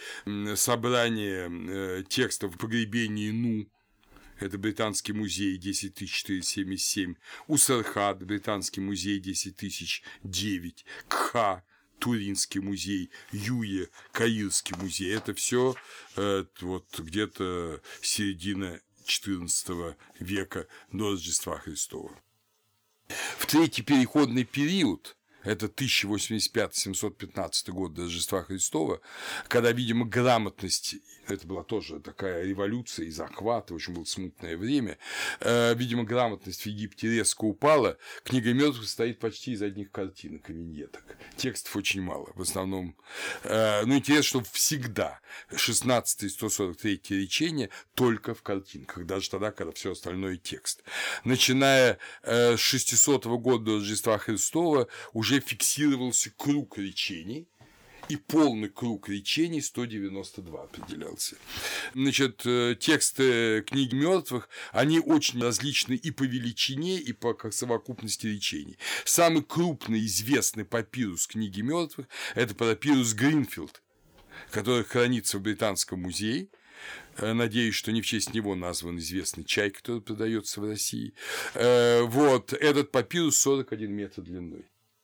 собрание текстов в погребении Ну. Это Британский музей 10477, Усархад, Британский музей 10009, Кха, Туринский музей, Юе, Каирский музей. Это все вот где-то середина XIV века до Рождества Христова. В третий переходный период, это 1085-715 год до Рождества Христова, когда, видимо, грамотность, это была тоже такая революция и захват, в общем, было смутное время, видимо, грамотность в Египте резко упала, книга мертвых состоит почти из одних картинок и виньеток. Текстов очень мало, в основном. Ну, интересно, что всегда 16 и 143 речения только в картинках, даже тогда, когда все остальное текст. Начиная с 600 года до Рождества Христова уже фиксировался круг речений, и полный круг речений 192 определялся. Значит, тексты книг мертвых, они очень различны и по величине, и по совокупности речений. Самый крупный известный папирус книги мертвых – это папирус Гринфилд, который хранится в Британском музее. Надеюсь, что не в честь него назван известный чай, который продается в России. Вот, этот папирус 41 метр длиной.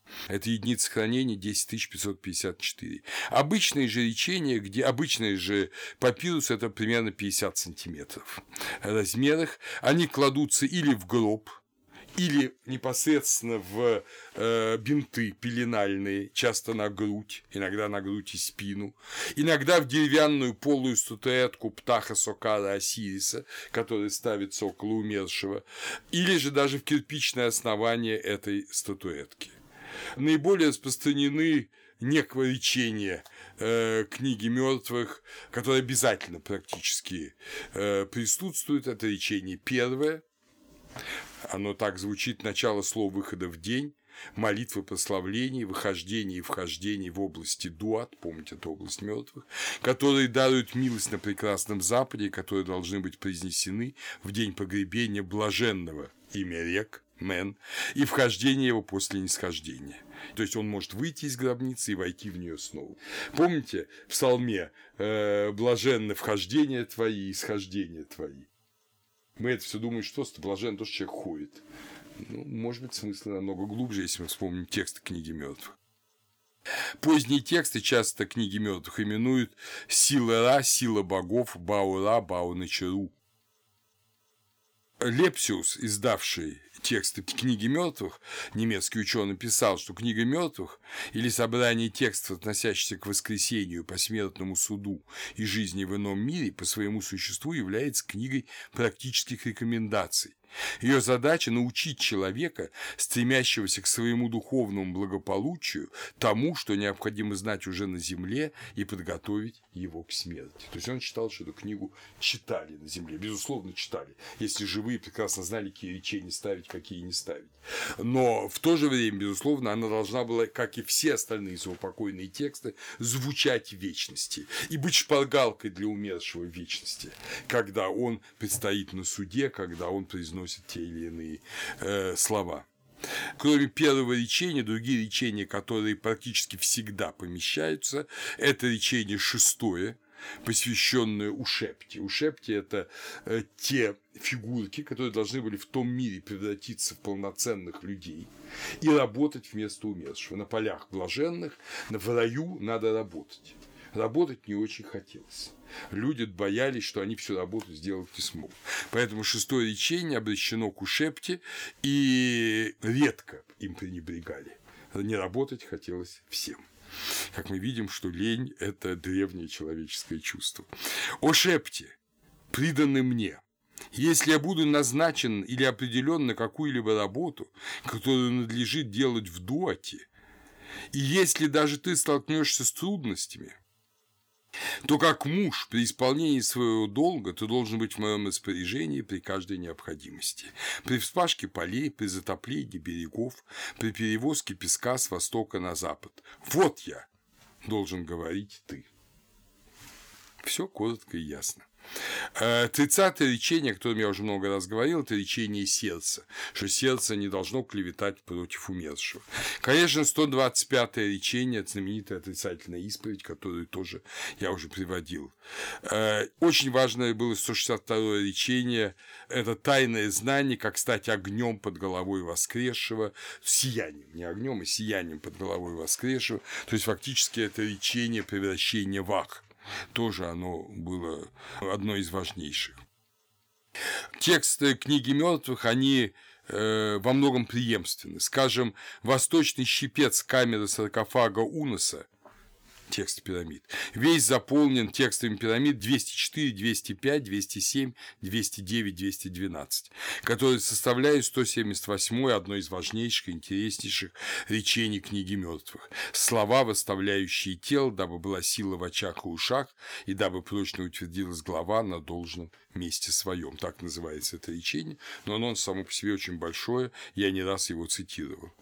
Это единица хранения 10554. Обычные же речения, где обычные же папирус, это примерно 50 сантиметров в размерах, они кладутся или в гроб, или непосредственно в бинты пеленальные, часто на грудь, иногда на грудь и спину, иногда в деревянную полую статуэтку птаха Сокара Осириса, которая ставится около умершего, или же даже в кирпичное основание этой статуэтки. Наиболее распространены некого речения книги мертвых, которое обязательно практически присутствует. Это речение первое. Оно так звучит: начало слов выхода в день, молитвы прославлений, выхождение и вхождение в области дуат, помните, это область мертвых, которые даруют милость на прекрасном Западе, которые должны быть произнесены в день погребения блаженного имя рек, Мен, и вхождение его после нисхождения. То есть он может выйти из гробницы и войти в нее снова. Помните в псалме «блаженно вхождение твои и исхождение твои»? Мы это все думаем, что блаженно то, что человек ходит. Ну, может быть, смысл намного глубже, если мы вспомним тексты книги мертвых. Поздние тексты часто книги мертвых именуют «сила Ра», «сила богов», «бау-ра», «бау-начару». Лепсиус, издавший тексты книги мертвых, немецкий ученый, писал, что книга мертвых или собрание текстов, относящихся к воскресению, посмертному суду и жизни в ином мире, по своему существу является книгой практических рекомендаций. Ее задача – научить человека, стремящегося к своему духовному благополучию, тому, что необходимо знать уже на земле, и подготовить его к смерти. То есть он считал, что эту книгу читали на земле, безусловно, читали, если живые прекрасно знали, какие речения ставить, какие не ставить. Но в то же время, безусловно, она должна была, как и все остальные заупокойные тексты, звучать в вечности и быть шпаргалкой для умершего в вечности, когда он предстоит на суде, когда он произносит те или иные слова. Кроме первого речения, другие речения, которые практически всегда помещаются, это речение шестое, посвященное Ушепти. Ушепти – это те фигурки, которые должны были в том мире превратиться в полноценных людей и работать вместо умершего. На полях блаженных, в раю надо работать. Работать не очень хотелось. Люди боялись, что они всю работу сделать не смогут. Поэтому шестое речение обращено к Ушепти, и редко им пренебрегали. Не работать хотелось всем. Как мы видим, что лень – это древнее человеческое чувство. «О Шепте, приданный мне, если я буду назначен или определен на какую-либо работу, которую надлежит делать в дуате, и если даже ты столкнешься с трудностями, то как муж при исполнении своего долга ты должен быть в моем распоряжении при каждой необходимости, при вспашке полей, при затоплении берегов, при перевозке песка с востока на запад. Вот я должен говорить ты». Все коротко и ясно. 30-е речение, о котором я уже много раз говорил, это речение сердца, что сердце не должно клеветать против умершего. Конечно, 125-е речение – это знаменитая отрицательная исповедь, которую тоже я уже приводил. Очень важное было 162-е речение – это тайное знание, как стать огнем под головой воскресшего, сиянием, не огнем, а сиянием под головой воскресшего. То есть, фактически, это речение превращения в ах. Тоже оно было одно из важнейших. Тексты книги мертвых, они во многом преемственны. Скажем, восточный щипец камеры саркофага Уноса, текст пирамид, весь заполнен текстами пирамид 204, 205, 207, 209, 212, которые составляют 178-е, одно из важнейших и интереснейших речений книги мертвых. Слова, восставляющие тело, дабы была сила в очах и ушах, и дабы прочно утвердилась глава на должном месте своем. Так называется это речение, но оно само по себе очень большое, я не раз его цитировал.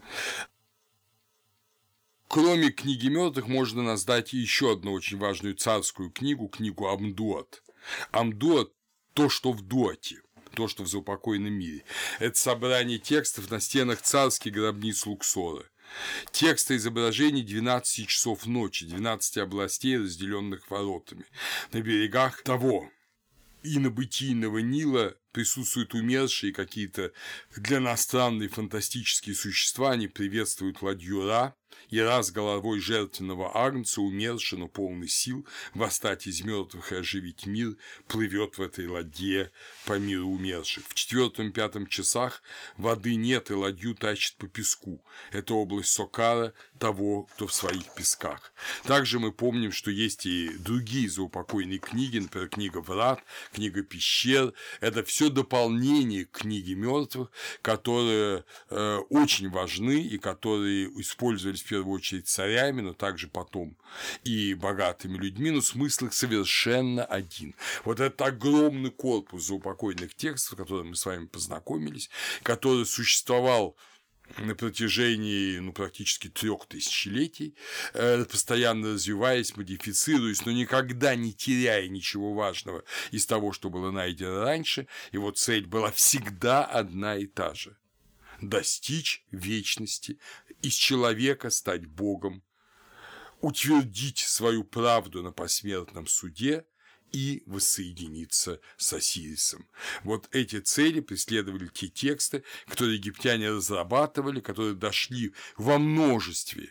Кроме книги мертвых можно назвать еще одну очень важную царскую книгу, книгу Амдуат. Амдуат – то, что в дуате, то, что в заупокойном мире. Это собрание текстов на стенах царских гробниц Луксора. Тексты изображений 12 часов ночи, 12 областей, разделенных воротами, на берегах того инобытийного Нила присутствуют умершие какие-то для нас странные фантастические существа, они приветствуют ладью Ра, и Ра с головой жертвенного агнца, умерший, но полный сил, восстать из мертвых и оживить мир, плывет в этой ладье по миру умерших. В 4-5 часах воды нет, и ладью тащит по песку. Это область Сокара, того, кто в своих песках. Также мы помним, что есть и другие заупокойные книги, например, книга Врат, книга Пещер. Это все дополнение к книге мертвых, которые очень важны и которые использовались в первую очередь царями, но также потом и богатыми людьми, но смысл их совершенно один. Вот этот огромный корпус заупокойных текстов, с которым мы с вами познакомились, который существовал на протяжении практически 3 тысячелетий, постоянно развиваясь, модифицируясь, но никогда не теряя ничего важного из того, что было найдено раньше. Его цель была всегда одна и та же – достичь вечности, из человека стать Богом, утвердить свою правду на посмертном суде и воссоединиться с Осирисом. Вот эти цели преследовали те тексты, которые египтяне разрабатывали, которые дошли во множестве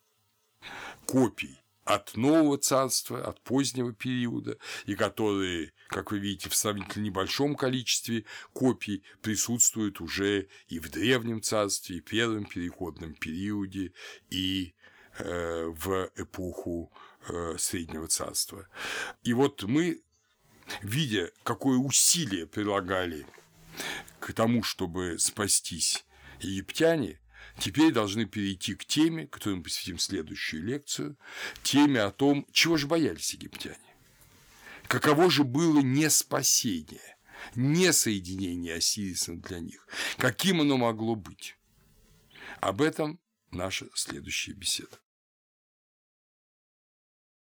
копий от Нового Царства, от позднего периода, и которые, как вы видите, в сравнительно небольшом количестве копий присутствуют уже и в Древнем Царстве, и в Первом переходном периоде, и в эпоху Среднего Царства. И вот мы, видя, какое усилие прилагали к тому, чтобы спастись египтяне, теперь должны перейти к теме, которой мы посвятим следующую лекцию, теме о том, чего же боялись египтяне. Каково же было не спасение, не соединение Осирисом для них, каким оно могло быть. Об этом наша следующая беседа.